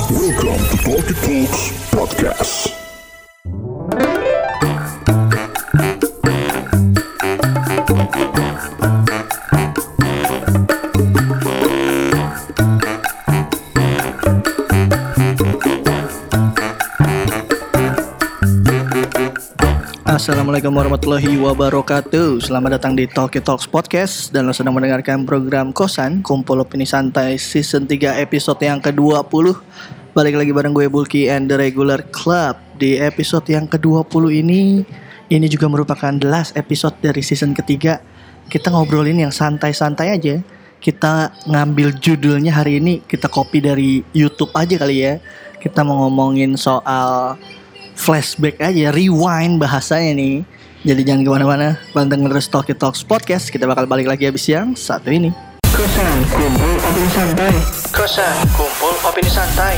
Welcome to Talkie Talks Podcast. Assalamualaikum warahmatullahi wabarakatuh. Selamat datang di Talkie Talks Podcast. Dan lo sedang mendengarkan program Kosan Kumpul Opini Santai Season 3 episode yang ke-20. Balik lagi bareng gue Bulky and the Regular Club. Di episode yang ke-20 ini juga merupakan the last episode dari season ketiga. Kita ngobrolin yang santai-santai aja. Kita ngambil judulnya hari ini, kita copy dari YouTube aja kali ya. Kita mau ngomongin soal flashback aja, rewind bahasanya nih. Jadi jangan kemana-mana, pantengin terus Talkie Talks Podcast. Kita bakal balik lagi habis yang satu ini. Kosan Kumpul Opini Santai. Kosan Kumpul Opini Santai.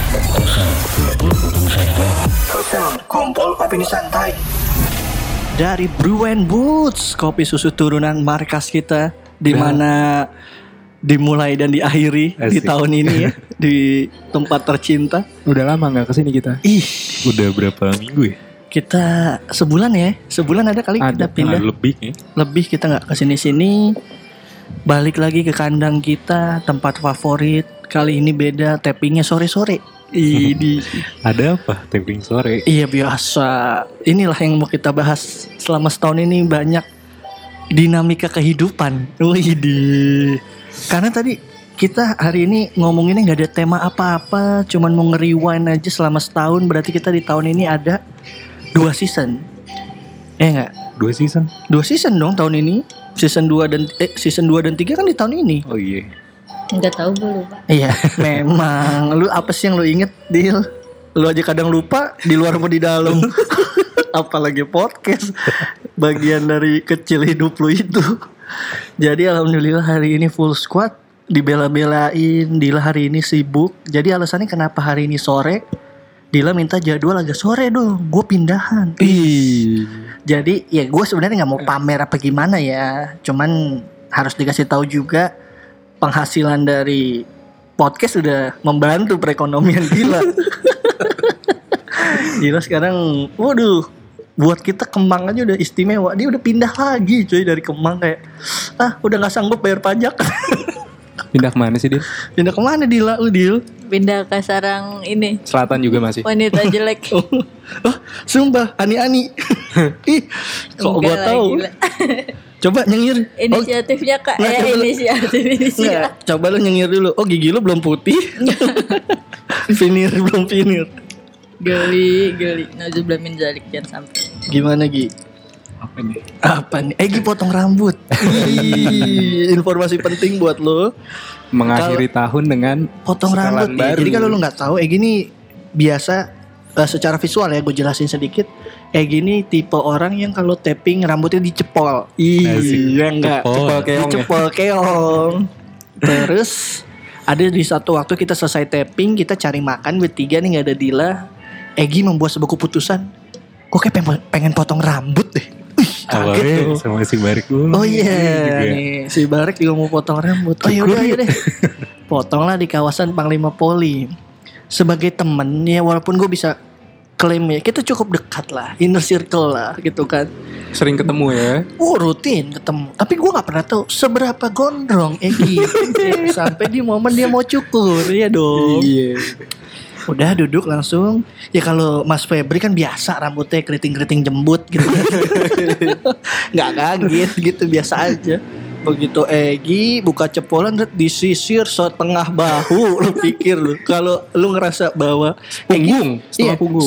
Kosan Kumpul Opini Santai. Dari Brew and Boots, kopi susu turunan markas kita, di mana dimulai dan diakhiri di tahun ini ya, di tempat tercinta. Udah lama gak kesini kita. Udah berapa minggu ya? Kita sebulan ada kali kita pindah. Lebih kita gak kesini-sini. Balik lagi ke kandang kita, tempat favorit. Kali ini beda, tappingnya sore-sore. Ada apa tapping sore? Iya biasa. Inilah yang mau kita bahas selama setahun ini, banyak dinamika kehidupan. Karena tadi kita hari ini ngomonginnya gak ada tema apa-apa, cuman mau nge-rewind aja selama setahun. Berarti kita di tahun ini ada 2 season. Enggak? 2 season? 2 season dong tahun ini. Season 2 dan 3 kan di tahun ini. Oh iya. Enggak tahu gue lupa. Iya, memang. Lu apa sih yang lu inget, Dil? Lu aja kadang lupa di luar mau di dalam. Apalagi podcast. Bagian dari kecil hidup lu itu. Jadi alhamdulillah hari ini full squad, dibela-belain. Dila hari ini sibuk. Jadi alasannya kenapa hari ini sore, Dila minta jadwal agak sore dong, gue pindahan. Jadi ya gue sebenarnya nggak mau pamer apa gimana ya, cuman harus dikasih tahu juga penghasilan dari podcast udah membantu perekonomian Dila. Dila sekarang, waduh, buat kita Kemang aja udah istimewa. Dia udah pindah lagi cuy dari Kemang, kayak udah gak sanggup bayar pajak. Pindah kemana sih Dil? Pindah kemana Dila? Dil? Pindah ke sarang ini, Selatan juga masih. wanita jelek. Sumpah ani-ani. Ih, kok gue tahu. Coba nyengir. Inisiatifnya Kak, inisiatif. Nggak, coba lu nyengir dulu. Oh gigi lu belum putih. Belum finir. Geli. Nauzubillah min dzalik, jangan sampai. Gimana Gi? Apa nih? Gi potong rambut. Informasi penting buat lo. Mengakhiri tahun dengan potong rambut ya. Jadi kalau lo nggak tahu, Egi ini biasa secara visual ya, gue jelasin sedikit. Egi ini tipe orang yang kalau tapping rambutnya dicepol. Iya enggak? Dicepol keong. Terus ada di satu waktu kita selesai tapping, kita cari makan bertiga nih, nggak ada Dila. Egi membuat sebuah keputusan, kok kayak pengen potong rambut deh. Kaget tuh. Sama si Barik dulu. Oh iya, nih si Barik juga mau potong rambut. Oh yaudah deh, potonglah di kawasan Panglima Poli. Sebagai temen ya, walaupun gue bisa klaim ya, kita cukup dekat lah, inner circle lah gitu kan. Sering ketemu ya? Rutin ketemu. Tapi gue gak pernah tahu seberapa gondrong Egi. Sampai di momen dia mau cukur, ya dong. Iya. Udah duduk langsung. Ya kalau Mas Febri kan biasa rambutnya keriting-keriting jembut gitu. Gak kaget gitu, biasa aja. Begitu Egi buka cepolan, disisir setengah bahu. Lu pikir lu, kalau lu ngerasa bahwa punggung, setengah punggung.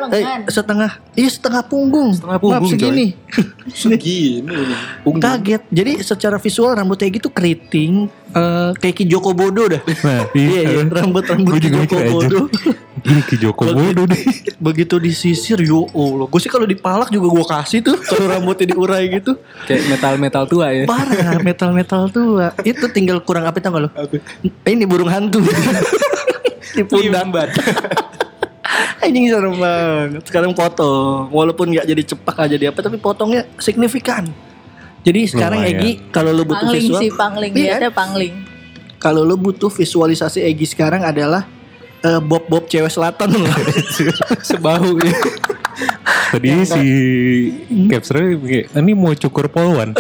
Setengah punggung. Maaf segini. Segini punggung. Kaget. Jadi secara visual rambut Egi tuh keriting, kayak Ki Joko Bodo dah. Iya, rambut Ki Joko Bodo. Ini Ki Joko Bodo deh. Begitu disisir, yo Allah. Gue sih kalau dipalak juga gue kasih tuh, kalau rambutnya diurai gitu. Kayak metal tua ya. Parah, metal tua. Itu tinggal kurang apa tau gak lo? Ini burung hantu. Di pundak. Anjing serem banget. Sekarang potong, walaupun gak jadi cepak, gak jadi apa, tapi potongnya signifikan. Jadi sekarang Egi, kalau lo butuh pangling visual, pangling. Kalau lo butuh visualisasi Egi sekarang adalah Bob cewek selatan loh. Sebahu ya. Tadi si capture ini mau cukur polwan.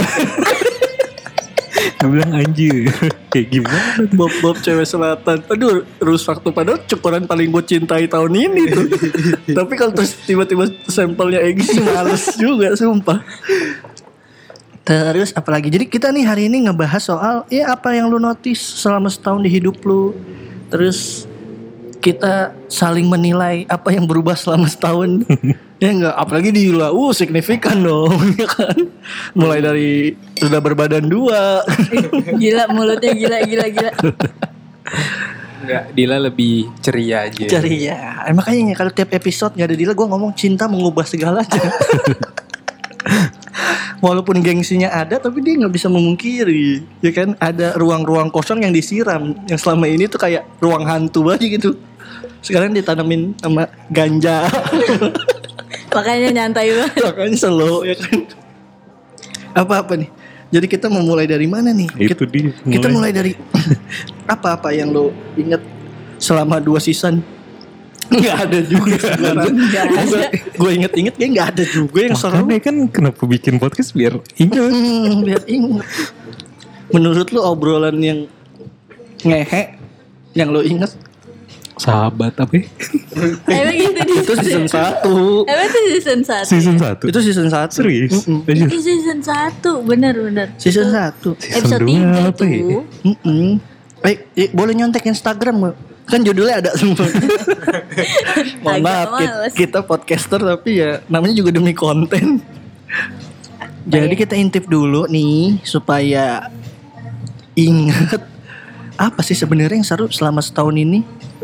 Gue bilang anjir. Kayak gimana? Bob cewek selatan. Aduh, rusak tuh. Padahal cukuran paling gue cintai tahun ini tuh. Tapi kalau terus tiba-tiba sampelnya Egy sih males juga, sumpah. Terus apalagi? Jadi kita nih hari ini ngebahas soal ya apa yang lu notice selama setahun di hidup lu. Terus kita saling menilai apa yang berubah selama setahun. Ya enggak, apalagi di Yula, signifikan dong, ya kan. Mulai dari sudah berbadan 2. Gila mulutnya gila. Enggak, Dila lebih ceria aja. Ceria. Makanya kalau tiap episode nggak ada Dila, gue ngomong cinta mengubah segalanya. Walaupun gengsinya ada, tapi dia nggak bisa memungkiri, ya kan. Ada ruang-ruang kosong yang disiram, yang selama ini tuh kayak ruang hantu aja gitu. Sekarang ditanamin sama ganja. Makanya nyantai banget. Makanya slow, ya kan. Apa-apa nih? Jadi kita mau mulai dari mana nih? Itu dia. Kita mulai dari apa-apa yang lo inget selama 2 season. Nggak ada juga sekarang. Gue inget-inget kayak nggak ada juga yang seru. Makanya kan kenapa bikin podcast biar ingat. Biar inget. Menurut lo obrolan yang ngehe yang lo inget Sahabat apa ya? Emang gitu di itu season 1. Emang itu season 1. Season 1. Itu season 1. Serius? Itu season 1, bener. Season 1. Episode 3 apa ya? itu. Boleh nyontek Instagram gak? Kan judulnya ada semua. Mohon Agak maaf, males. kita podcaster tapi ya namanya juga demi konten. Jadi kita intip dulu nih supaya ingat apa sih sebenarnya yang seru selama setahun ini.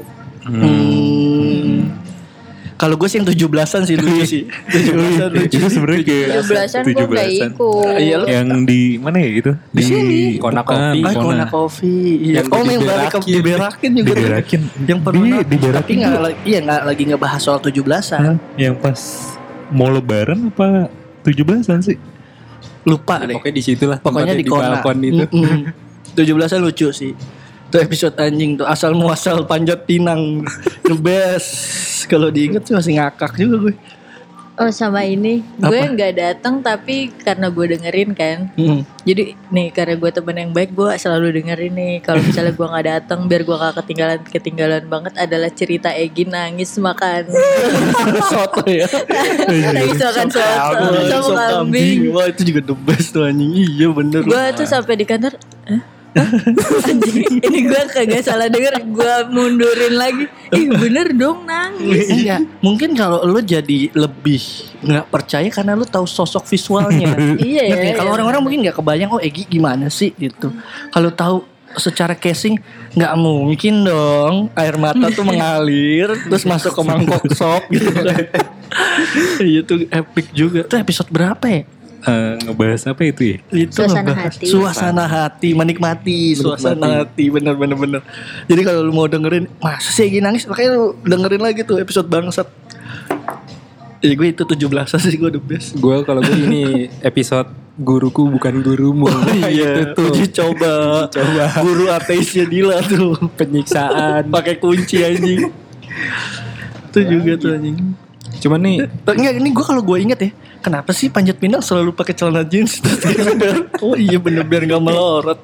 Kalau gue sih yang 17-an sih lucu sih. 17-an lucu. Itu sebenarnya kayak 17-an gue gak 17-an. ikut. Iya, lu- Yang di mana ya gitu? Di sini. Kona bukan, Coffee. Kona Coffee. Iya. Yang Yang balik ke diberakin juga tuh. Diberakin. Yang pernah Diberakin tapi nggak lagi, nggak lagi ngebahas soal 17-an. Yang pas mau lebaran apa 17-an sih? Lupa deh. Pokoknya di situ lah. Pokoknya tempatnya di Kona. balkon itu. 17-an lucu sih. Itu episode anjing tuh, asal muasal Panjat Pinang. The best. Kalau diinget sih masih ngakak juga gue. Oh sama ini, gue nggak datang tapi karena gue dengerin kan. Jadi nih karena gue temen yang baik, gue selalu dengerin nih. Kalau misalnya gue nggak datang, biar gue gak ketinggalan banget adalah cerita Egy nangis makan. Soto ya. Nangis makan soto Sop sama kambing. Wah itu juga the best tuh anjing. Iya bener. Gue tuh sampai di kantor, anjing, ini gue kagak salah denger, gue mundurin lagi. Ih bener dong nangis. Iya, mungkin kalau lo jadi lebih nggak percaya karena lo tahu sosok visualnya. Iya ya. Kalau orang-orang mungkin nggak kebayang, Egy gimana sih gitu. Kalau tahu secara casing nggak mungkin dong air mata tuh mengalir terus masuk ke mangkok sop gitu kan. Iya tuh epic juga. Itu episode berapa ya? Ngebahas apa itu ya? Itu Suasana ngebahas hati. suasana hati, menikmati suasana hati, bener. Jadi kalau lu mau dengerin, masa sih Egy nangis, makanya lu dengerin lagi tuh episode bangsat. Ya gue itu 17-an sih, gue the best. Gue kalau gue ini episode guruku bukan gurumu. Iya, Itu tuh uji coba. Guru ateisnya Dila tuh, penyiksaan. pakai kunci anjing. Itu juga tuh anjing. Cuman nih Enggak, ini gue kalau gue inget ya, kenapa sih Panjat Pinang selalu pakai celana jeans? Oh iya bener, biar nggak melorot,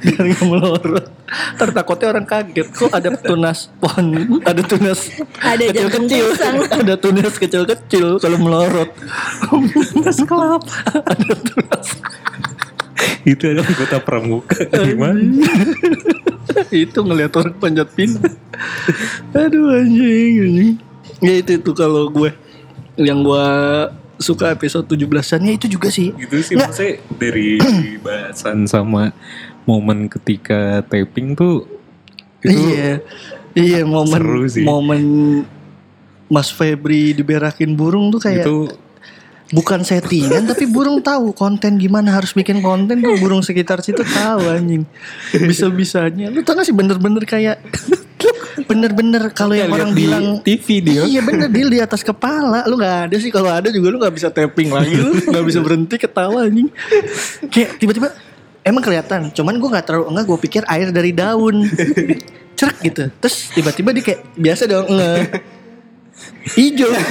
Ntar takutnya orang kaget, kok ada tunas pohon, ada tunas Ada jantung kecil-kecil, pisang. ada tunas kecil-kecil kalau melorot. Tunas kelapa, ada tunas. Itu ada anggota pramuka gimana? Itu ngeliat orang Panjat Pinang. Aduh anjing. Ya itu kalau gue yang gue suka episode 17-an ya itu juga sih. Gitu sih Nggak. maksudnya dari bahasan sama momen ketika taping tuh itu Iya momen seru sih. momen Mas Febri diberakin burung tuh kayak itu bukan settingan tapi burung tahu konten gimana harus bikin konten tuh, burung sekitar situ tahu anjing. Bisa-bisanya. Lu tau gak sih bener-bener kayak bener-bener kalau yang orang bilang TV dia. iya bener deal di atas kepala. Lu gak ada sih, kalau ada juga lu gak bisa tapping lagi, lu gak bisa berhenti ketawa anjing. Kayak tiba-tiba emang kelihatan, cuman gue gak terlalu gue pikir air dari daun. cerek gitu. Terus tiba-tiba dia kayak biasa dong hijau.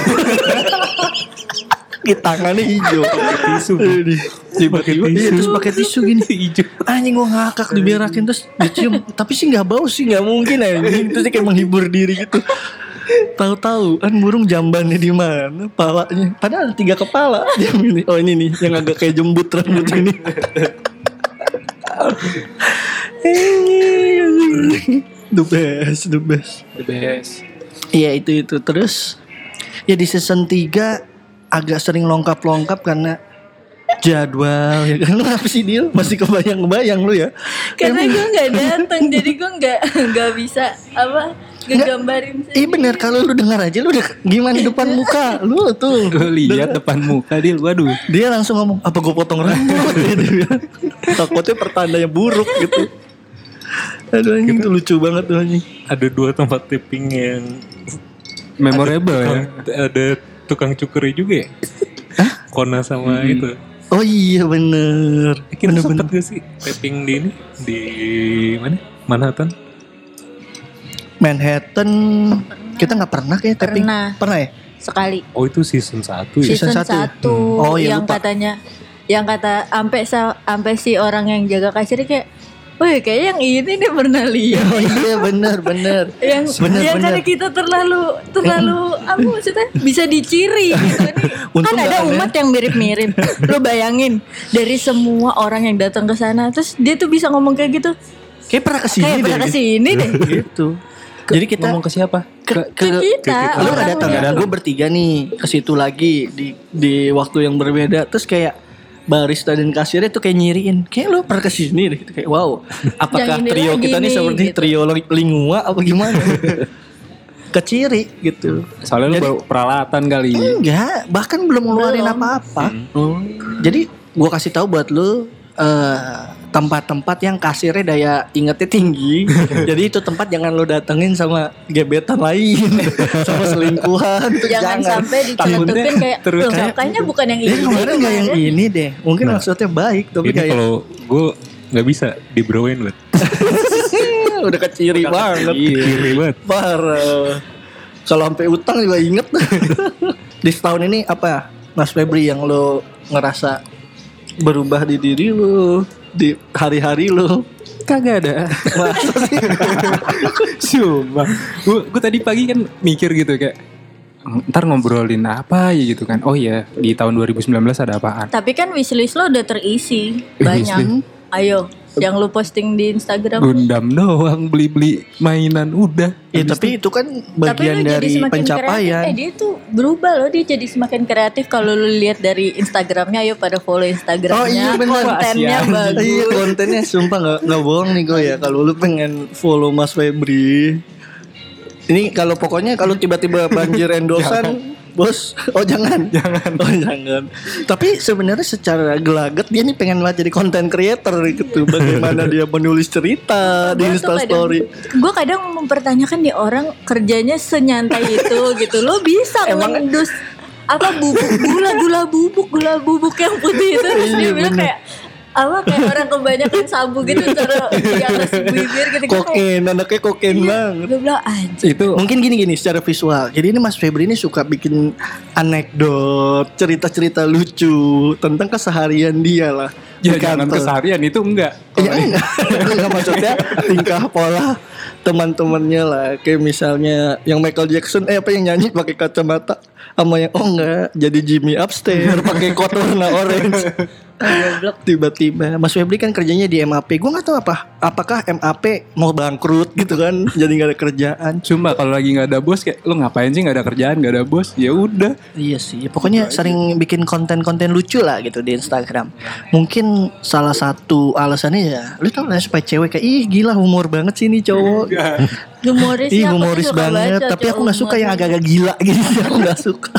Di tangannya hijau. Tisu. Tiba-tiba iya, terus pakai tisu gini hijau. Anjing gue ngakak diberakin terus dicium. Tapi sih nggak bau sih, nggak mungkin anjing. Terus dia kayak menghibur diri gitu. Tahu-tahu kan burung jambannya di mana, palanya. Padahal 3 kepala. Dia milih. Oh ini nih yang agak kayak jembut rambut ini. The best. Iya itu terus. Ya di season 3 agak sering longkap-longkap karena jadwal ya kan. Lu apa sih Dil? Masih kebayang lu ya? Karena gue nggak datang, jadi gue nggak bisa ngegambarin. Iya bener, kalau lu dengar aja lu udah gimana depan muka lu tuh. Gue lihat depan muka dia, waduh. Dia langsung ngomong, apa gue potong rambut gitu. Takutnya pertandanya buruk gitu. Aduh anjing itu lucu banget tuh anjing. Ada 2 tempat taping yang Memorable ya. Ada tukang cukurnya juga ya. Kona sama itu. Oh iya bener. Kita sempet gak sih taping di ini? Di mana? Manhattan. Manhattan kita nggak pernah kayak tapping. Pernah ya? Sekali. Oh itu season 1 ya? Season 1 Oh, iya, yang lupa. katanya, yang kata sampai si orang yang jaga kasir kayak, wih kayaknya yang ini nih pernah lihat. Oh iya bener. yang karena kita terlalu apa maksudnya bisa diciri gitu nih. Untung Kan ada gak umat yang mirip-mirip. Lu bayangin dari semua orang yang datang ke sana, terus dia tuh bisa ngomong kayak gitu. Kayak pernah kesini Kayak deh. pernah kesini deh. Gitu. Jadi kita Ngomong ke siapa? Ke kita. lu nggak orang datang yang- ya? Gue bertiga nih ke situ lagi di waktu yang berbeda. Terus kayak barista dan kasirnya tuh kayak nyiriin, kayak lu pernah kesini deh. Kayak wow, apakah Yang ini trio lagi kita nih nih, seperti gitu. trio lingua apa gimana? Keciri gitu. Soalnya lu Jadi- bawa peralatan kali. Enggak, bahkan belum ngeluarin Belum. apa-apa. Jadi gua kasih tahu buat lu tempat-tempat yang kasirnya daya ingetnya tinggi. Jadi itu tempat jangan lo datengin sama gebetan lain, sama selingkuhan. Tuh Jangan sampai diceletupin kayak, terus loh kayak- kayaknya bukan yang Dia ini. kemarin nggak yang ini deh. Mungkin Nah. maksudnya baik, tapi Ini kayak kalau gue nggak bisa dibroin banget. udah keciri banget. Kiri banget. Parah. Kalau sampai utang juga inget. Di setahun ini apa, Mas Febri, yang lo ngerasa berubah di diri lo, di hari-hari lo? Kagak ada. Masa sih? Sumpah. Gue tadi pagi kan mikir gitu kayak, ntar ngobrolin apa ya gitu kan. Oh iya, di tahun 2019 ada apaan? Tapi kan wishlist lo udah terisi banyak. Ayo, yang lo posting di Instagram. Gundam doang, beli-beli mainan udah. Ya Habis tapi itu kan bagian dari pencapaian. kreatif. Dia tuh berubah loh, dia jadi semakin kreatif. Kalau lu lihat dari Instagramnya, ayo pada follow Instagramnya. Oh iya benar. Kontennya bagus. Iya kontennya sumpah nggak bohong nih gue ya. Kalau lu pengen follow Mas Febri, ini kalau pokoknya kalau tiba-tiba banjir endorsan, bos, oh jangan. Oh jangan. Tapi sebenarnya secara gelagat dia nih pengen banget jadi content creator gitu. Bagaimana dia menulis cerita di Instastory. Gue kadang mempertanyakan nih orang kerjanya senyantai itu gitu. Lo bisa Emang- ngendus apa gula bubuk yang putih itu, terus dia Iya, bilang bener. kayak apa, kayak orang kebanyakan sabu gitu taruh di atas bibir gitu. Gua kayak, Kokain, anaknya kokain banget. gue bilang anjir. itu Mungkin gini secara visual. Jadi ini Mas Febri ini suka bikin anekdot, cerita-cerita lucu tentang keseharian dia lah. ya di jangan kantor. keseharian itu enggak. Ya enggak maksudnya tingkah pola teman-temannya lah. Kayak misalnya yang Michael Jackson apa yang nyanyi pakai kacamata, sama yang oh enggak jadi Jimmy Upstairs pakai coat warna orange. Tiba-tiba Mas Febri kan kerjanya di MAP. Gue nggak tahu apakah MAP mau bangkrut gitu kan, jadi nggak ada kerjaan. Cuma kalau lagi nggak ada bos kayak, lu ngapain sih nggak ada kerjaan, nggak ada bos? Ya udah. Iya sih, pokoknya sering bikin konten-konten lucu lah gitu di Instagram. Mungkin salah satu alasannya ya, lu tau lah supaya cewek kayak ih gila humor banget sih nih cowok. Humoris Ih ya, aku humoris tuh suka banget, baca tapi aku cowok nggak suka yang humoris. agak-agak gila gitu. Aku nggak suka.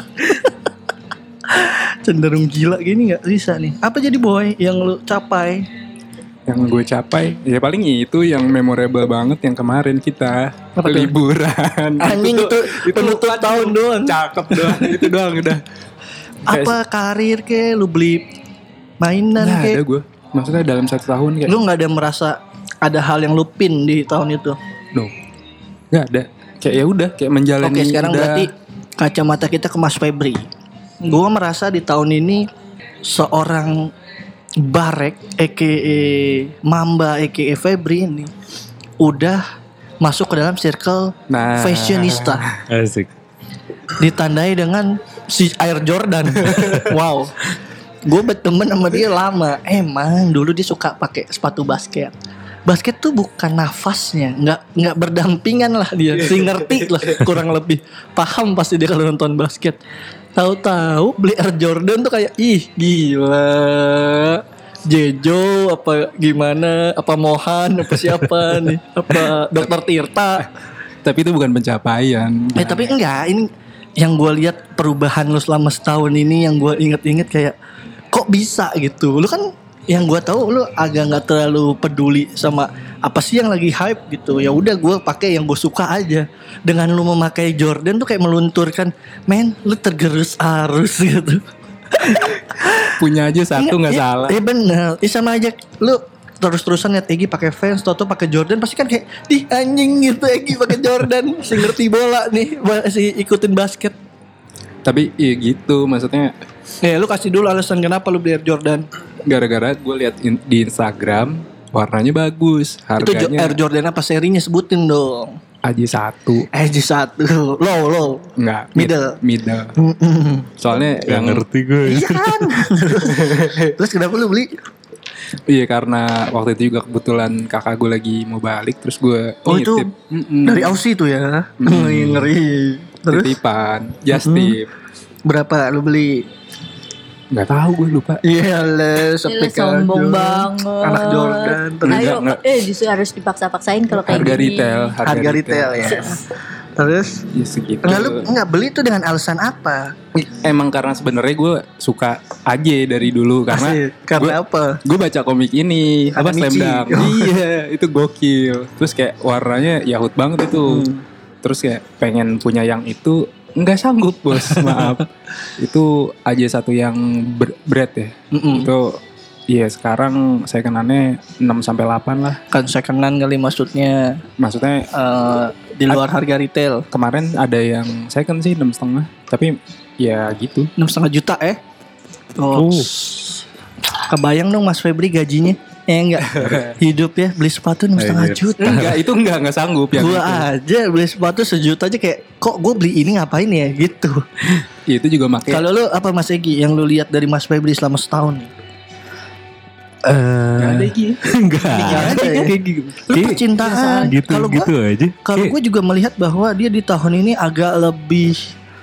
Cenderung gila gini nggak bisa nih. Apa jadi boy yang lu capai? Yang gue capai ya paling itu yang memorable banget yang kemarin kita Apa tuh? liburan. Anjing itu penutup tahun doang. Cakep doang. Itu doang udah. Apa karir ke lu beli mainan Nggak ada ke? gue. Maksudnya dalam 1 tahun kayak Lu nggak ada merasa ada hal yang lu pin di tahun itu? no. Nggak ada. Kayak ya udah, kayak menjalani. Oke, sekarang udah. berarti kacamata kita ke Mas Febri. Gue merasa di tahun ini seorang Barek aka Mamba aka Febri ini udah masuk ke dalam circle Nah. fashionista. Asik. Ditandai dengan si Air Jordan. Wow. Gue berteman sama dia lama. Emang dulu dia suka pakai sepatu basket. Basket tuh bukan nafasnya, nggak berdampingan lah dia. Si ngerti lah kurang lebih. Paham pasti dia kalau nonton basket. Tahu-tahu beli Air Jordan tuh kayak ih gila. Jejo apa gimana? Apa Mohan? Apa siapa nih? Apa Dokter Tirta? Tapi itu bukan pencapaian. Tapi enggak, ini yang gue lihat perubahan lu selama setahun ini yang gue inget-inget kayak kok bisa gitu. Lu kan yang gue tahu lu agak nggak terlalu peduli sama apa sih yang lagi hype gitu. Ya udah gue pakai yang gue suka aja. Dengan lu memakai Jordan tuh kayak melunturkan, men, lu tergerus arus gitu. Punya aja satu nggak salah. Iya bener. Sama aja lu terus-terusan liat Egi pakai Vans, Toto pakai Jordan pasti kan kayak di anjing gitu Egi pakai Jordan, si ngerti bola nih, si ikutin basket. Tapi iya gitu maksudnya. Lu kasih dulu alasan kenapa lu beli Air Jordan. Gara-gara gue lihat di Instagram warnanya bagus, Itu harganya Air Jordan apa serinya sebutin dong. AJ1. AJ1 low Enggak, Middle. Soalnya Gak yang ngerti gue. Iya kan. Terus kenapa lu beli? iya karena waktu itu juga kebetulan kakak gue lagi mau balik terus gue Oh itu nitip. dari Aussie tuh ya. Ngeri. Terus Titipan, just tip. berapa lu beli? Nggak tahu gue lupa. Iya lah, Gila, sombong banget. Anak Jordan. Terus Ayo, Enggak. justru harus dipaksa-paksain kalau kayak Harga gini. retail, harga retail ya. Terus Ya segitu. Lalu nggak beli tuh dengan alasan apa? Emang karena sebenarnya gue suka aja dari dulu karena Asik. Karena apa? gue baca komik ini apa Slam Michi. Dunk. Oh. Iya itu gokil. Terus kayak warnanya Yahut banget itu. Terus kayak pengen punya yang itu nggak sanggup bos, maaf. Itu aja satu yang bread ya. Itu iya sekarang saya kenannya 6-8 lah. Kan second hand kali maksudnya Maksudnya di luar harga retail. kemarin ada yang second sih 6,5. Tapi ya gitu. 6,5 juta Oh. Kebayang dong Mas Febri gajinya. Enggak. Hidup ya beli sepatu 6,5 juta. Enggak itu enggak sanggup ya. Gua aja beli sepatu 1 juta aja kayak kok gue beli ini ngapain ya gitu. Itu juga makanya Kalau lu apa Mas Egi yang lu lihat dari Mas Febri selama setahun nih? Gak ada gitu. Enggak. Nggak ada ya? Lu percintaan. Gitu Kalau gua gitu aja. Kalau gue juga melihat bahwa dia di tahun ini agak lebih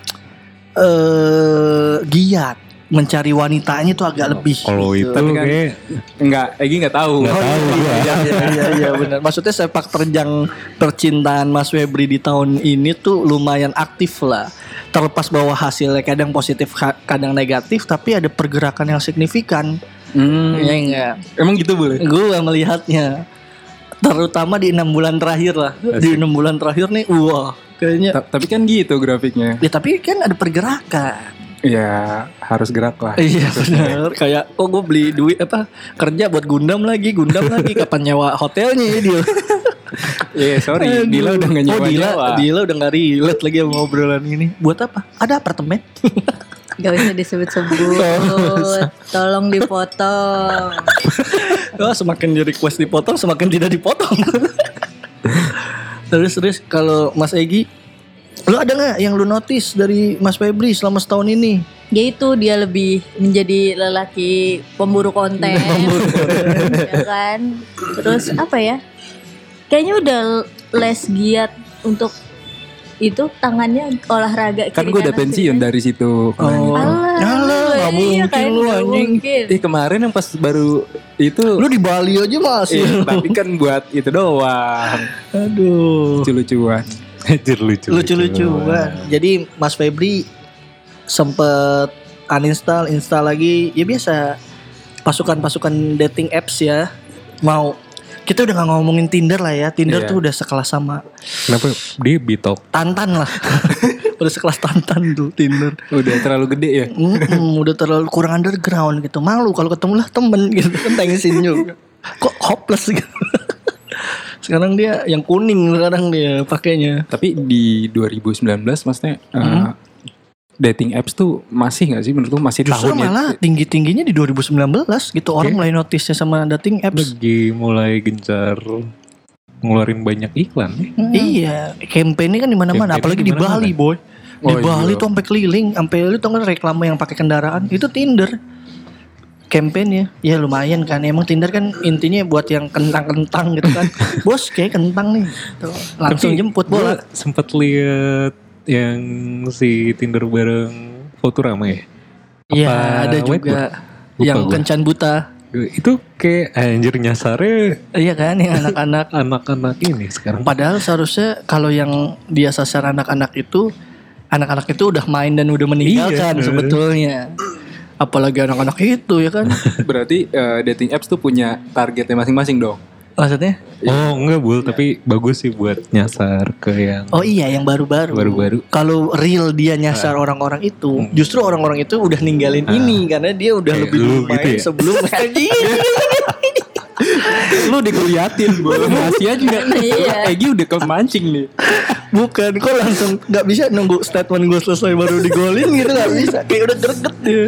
giat mencari wanitanya tuh agak lebih. Kalau gitu. itu Tapi kan kayak enggak, Egi enggak tahu. Iya benar. Maksudnya sepak terjang percintaan Mas Febri di tahun ini tuh lumayan aktif lah. Terlepas bahwa hasilnya kadang positif kadang negatif, tapi ada pergerakan yang signifikan. Iya enggak? Emang gitu boleh? Gue melihatnya terutama di 6 bulan terakhir lah. Di 6 bulan terakhir nih, wah kayaknya. Tapi kan gitu grafiknya. Ya tapi kan ada pergerakan. Ya harus gerak lah. Iya benar. Kayak kok gue beli duit kerja buat Gundam lagi kapan nyewa hotelnya ya dia. Iya sorry, Aduh. Dila udah gak nyewa. Dila udah gak relate lagi sama obrolan ini. Buat apa? Ada apartemen. Gak usah disebut-sebut. Tolong dipotong. Oh, semakin di request dipotong semakin tidak dipotong. Terus kalau Mas Egi, lu ada nggak yang lu notice dari Mas Febri selama setahun ini? Ya itu dia lebih menjadi lelaki pemburu konten. Ya kan. Terus apa ya? Kayaknya udah les giat untuk itu tangannya olahraga Kan kiri gue udah kanan, pensiun kiri dari situ. Alah, nggak iya mungkin kan, lu nggak anjing. mungkin. Kemarin yang pas baru itu Lu di Bali aja masih. tapi kan buat itu doang. Aduh. Lucu-lucuan. anjir Lucu-lucuan. Jadi Mas Febri sempet install lagi. Ya biasa pasukan-pasukan dating apps ya. Kita udah gak ngomongin Tinder lah ya. Tinder Iya. tuh udah sekelas sama Kenapa dia bitop? Tantan lah. Udah sekelas Tantan tuh Tinder. Udah terlalu gede ya. Udah terlalu kurang underground gitu. Malu kalau ketemu lah temen gitu kan, tengsin juga. Kok hopeless gitu. Sekarang dia yang kuning sekarang dia pakainya. Tapi di 2019 maksudnya dating apps tuh masih gak sih menurut lu masih Justru tahun malah tinggi-tingginya di 2019 gitu. Orang mulai notice-nya sama dating apps. Lagi mulai gencar ngeluarin banyak iklan nih. Iya, campaign ini kan di mana-mana, Campaign apalagi di dimana-mana. Bali, boy. Di Oh, Bali iya. tuh sampai keliling, sampai lu tau kan reklame yang pakai kendaraan itu Tinder. Campaign ya lumayan kan. Emang Tinder kan intinya buat yang kentang-kentang gitu kan. Bos, kayak kentang nih. Tuh, langsung Tapi jemput gua bola. sempet lihat yang si Tinder bareng Futurama ya. Iya, Apa ada juga Whiteboard? Lupa yang gua. kencan buta. Itu kayak anjir nyasarnya Iya kan, yang anak-anak. anak-anak ini sekarang. Padahal seharusnya kalau yang dia sasar anak-anak itu udah main dan udah meninggalkan Iya. sebetulnya. Apalagi anak-anak itu ya kan. Berarti dating apps tuh punya targetnya masing-masing dong. Maksudnya? Oh enggak Bul, tapi bagus sih buat nyasar ke yang Oh iya, yang baru-baru. Baru-baru. Kalau real dia nyasar orang-orang itu, justru orang-orang itu udah ninggalin ini karena dia udah Kayak lebih lu dulu gitu main ya? sebelum Lu dikuliatin Bol. Masih aja gak. Iya. Egi udah kemancing nih. Bukan, kok langsung nggak bisa nunggu statement gue selesai baru digolin gitu, nggak bisa. Kayak udah greget dia.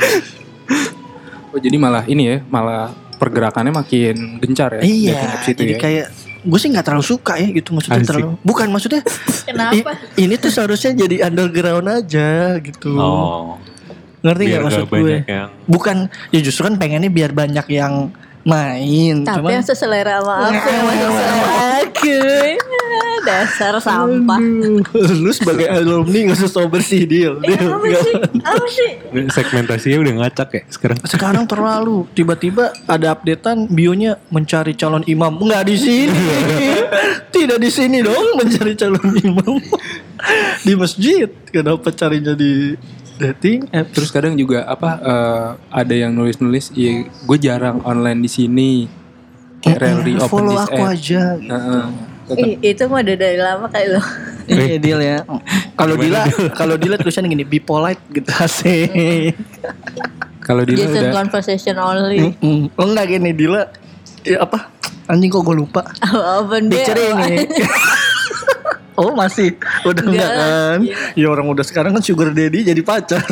Oh jadi malah ini ya, malah pergerakannya makin gencar ya. Iya, dating apps itu jadi ya. kayak gue sih nggak terlalu suka ya gitu, maksudnya Asik. terlalu. Bukan maksudnya. Kenapa? Ini tuh seharusnya jadi underground aja gitu. Oh. Ngerti nggak Biar maksud gak gue? banyak yang Bukan, ya justru kan pengennya biar banyak yang main. Tapi Cuman yang seselera sama aku, yang masuk sama aku. Dasar sampah. Lu sebagai alumni gak usah so bersih dia. Apa sih? segmentasinya udah ngacak ya sekarang. Sekarang terlalu tiba-tiba ada updatean bionya mencari calon imam. Enggak di sini. Tidak di sini dong mencari calon imam. Di masjid. Kenapa carinya di dating app? Terus kadang juga ada yang nulis-nulis, ya gue jarang online di sini. Kayak rarely open follow this aku app. aja. Heeh. Itu mah udah dari lama kayak lo. Iya deal ya. Kalau Dila tulisannya gini, be polite gitu asik. Kalau dia Just udah conversation only. Oh enggak gini Dila. Ya apa? Anjing kok gue lupa. Open Picture ini. Oh masih udah enggak kan? Ya orang udah sekarang kan sugar daddy jadi pacar.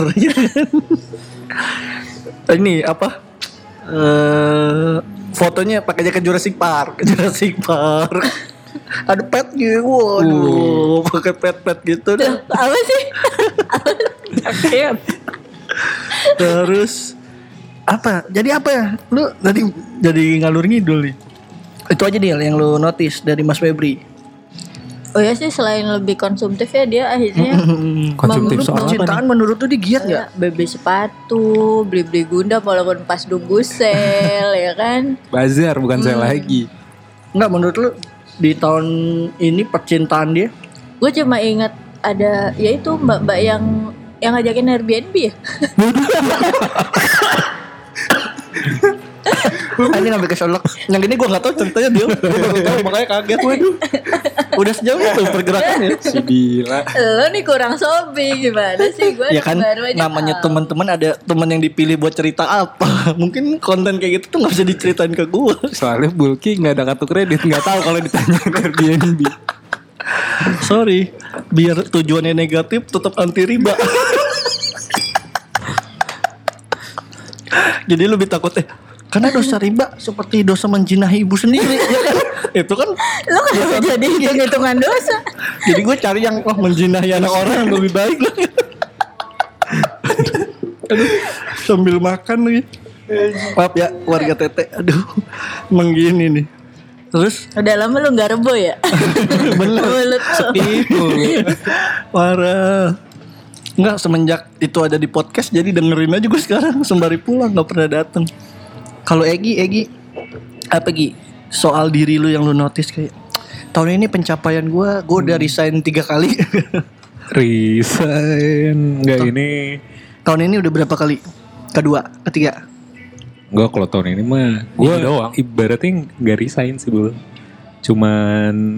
Ini apa? Fotonya pakai jaket Jurassic Park. Ada petnya, waduh, pakai pet gitu dah. Apa sih? Apa? Terus apa? Jadi apa ya? Lu tadi jadi ngalur ngidul nih. Itu aja dia yang lu notice dari Mas Febri. Oh ya sih, selain lebih konsumtif ya, dia akhirnya konsumtif mem- soal apa nih? Cintaan menurut tuh dia giat nggak? kayak beli sepatu, beli gunda walaupun pas nunggu sale ya kan. bazar bukan saya lagi. Enggak, menurut lu di tahun ini percintaan dia? Gue cuma ingat ada yaitu mbak-mbak yang ngajakin Airbnb ya. Ini ngambil kesolok. Yang ini gue nggak tahu ceritanya dia. Gue baru tahu makanya kaget. Waduh. Udah sejauh itu pergerakannya. Si Dila. Lo nih kurang sobi gimana sih gue? Ya kan baru aja namanya tahu. teman-teman ada teman yang dipilih buat cerita apa. Mungkin konten kayak gitu tuh nggak bisa diceritain ke gue. Soalnya Bulky nggak ada kartu kredit, nggak tahu kalau ditanya Airbnb. Sorry, biar tujuannya negatif tetap anti riba. Jadi lebih takut karena dosa riba seperti dosa menjinahi ibu sendiri. Ya kan? Itu kan Lo kan jadi hitung-hitungan dosa. jadi gue cari yang menjinahi anak orang yang lebih baik lah. Aduh, sambil makan lagi. Maaf ya warga Tete. Aduh, emang gini nih. Terus Udah lama lu gak rebo ya? bener Mulut lo. itu parah. Enggak, semenjak itu ada di podcast jadi dengerin aja gue sekarang sembari pulang, nggak pernah dateng. Kalau Egi apa Gi? Soal diri lu yang lu notice kayak tahun ini pencapaian gue udah resign 3 kali. Resign. Enggak ini. Tahun ini udah berapa kali? Kedua, ketiga. Gue kalau tahun ini mah gue Ini doang. ibaratnya gak resign sih Bul. Cuman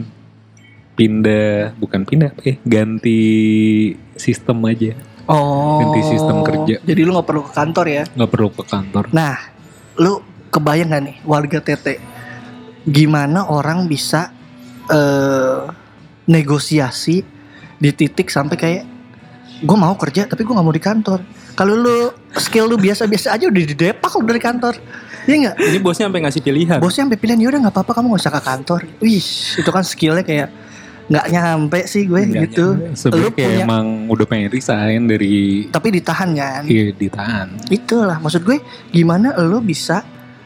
ganti sistem aja. Oh. Ganti sistem kerja. Jadi lu nggak perlu ke kantor ya? Gak perlu ke kantor. Nah, lu kebayang gak nih warga Tete gimana orang bisa negosiasi di titik sampai kayak gue mau kerja tapi gue nggak mau di kantor. Kalau lu skill lu biasa-biasa aja udah didepak lu dari kantor, iya nggak? Ini bosnya sampai ngasih pilihan. Bosnya sampai pilihan, yaudah nggak apa-apa kamu nggak usah ke kantor. Wih, itu kan skillnya kayak nggak nyampe sih gue Nggak gitu. Sebenarnya Lu kayak punya, emang udah pengen resign dari tapi ditahan kan? iya ditahan. Itulah maksud gue, gimana lu bisa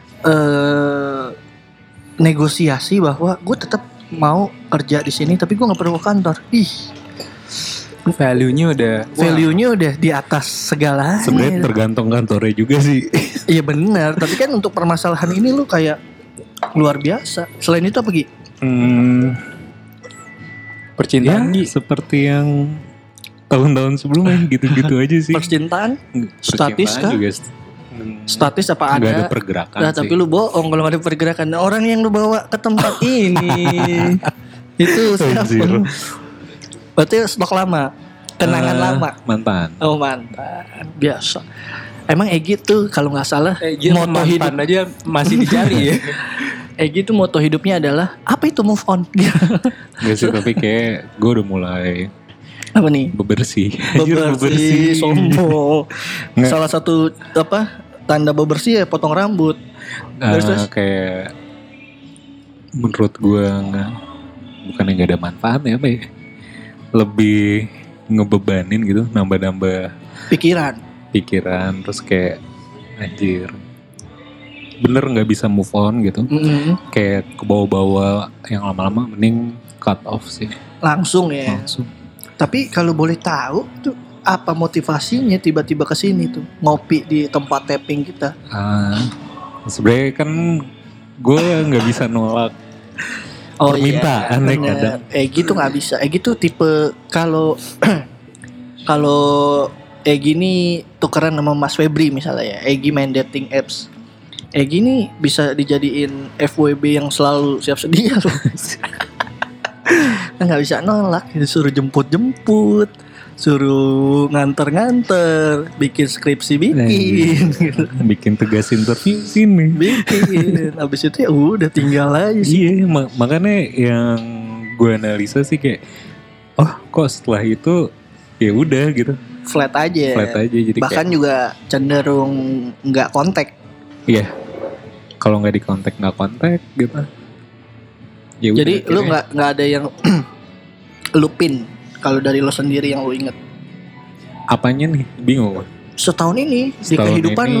negosiasi bahwa gue tetap mau kerja di sini tapi gue nggak perlu ke kantor. Ih, Value-nya udah value-nya udah di atas segalanya. Sebenarnya tergantung kantornya juga sih. Iya benar, tapi kan untuk permasalahan ini lu kayak luar biasa. Selain itu apa Gi? percintaan Ya, seperti yang tahun-tahun sebelumnya gitu-gitu aja sih. Percintaan? Statis Percintaan kah? juga Statis apa nggak ada ada? pergerakan Nah, sih. tapi lu bohong kalau gak ada pergerakan. Orang yang lu bawa ke tempat ini itu siapa? Anjir. Berarti stok lama, kenangan lama. Mantan. Oh mantan, biasa. Emang Egy tuh kalau nggak salah moto hidup aja masih dicari ya. Egy tuh moto hidupnya adalah apa itu move on? Gak sih, tapi kayak gue udah mulai Apa nih? bebersih. Anjir, Bebersih, sombong. Nggak. Salah satu apa tanda bebersih ya potong rambut. Terus. Kayak menurut gue bukannya gak ada manfaatnya apa ya, lebih ngebebanin gitu, nambah-nambah pikiran, terus kayak anjir bener gak bisa move on gitu. Kayak ke bawah-bawah, yang lama-lama mending cut off sih Langsung ya. langsung. Tapi kalau boleh tahu tuh apa motivasinya tiba-tiba ke sini tuh ngopi di tempat tapping kita? Sebenarnya kan gue nggak bisa nolak permintaan iya, ya kadang. Egy tuh nggak bisa. Egy tuh tipe kalau kalau Egy nih tukeran sama Mas Febri misalnya ya. Egy main dating apps. Egy nih bisa dijadiin FWB yang selalu siap sedia. Nggak bisa nolak. Disuruh jemput-jemput, suruh nganter-nganter, bikin skripsi bikin. Gitu. Bikin tugas interview sini. Bikin. Abis itu ya udah tinggal aja sih. Iya, makanya yang gue analisa sih kayak, oh kok setelah itu ya udah gitu, Flat aja. flat aja. Jadi Bahkan kayak, juga cenderung nggak kontak. iya, kalau nggak dikontak nggak kontak gitu. Ya udah, Jadi lu akhirnya nggak ada yang lu pin kalau dari lo sendiri yang lu inget apanya nih, bingung. setahun ini di Setahun kehidupan ini, lu.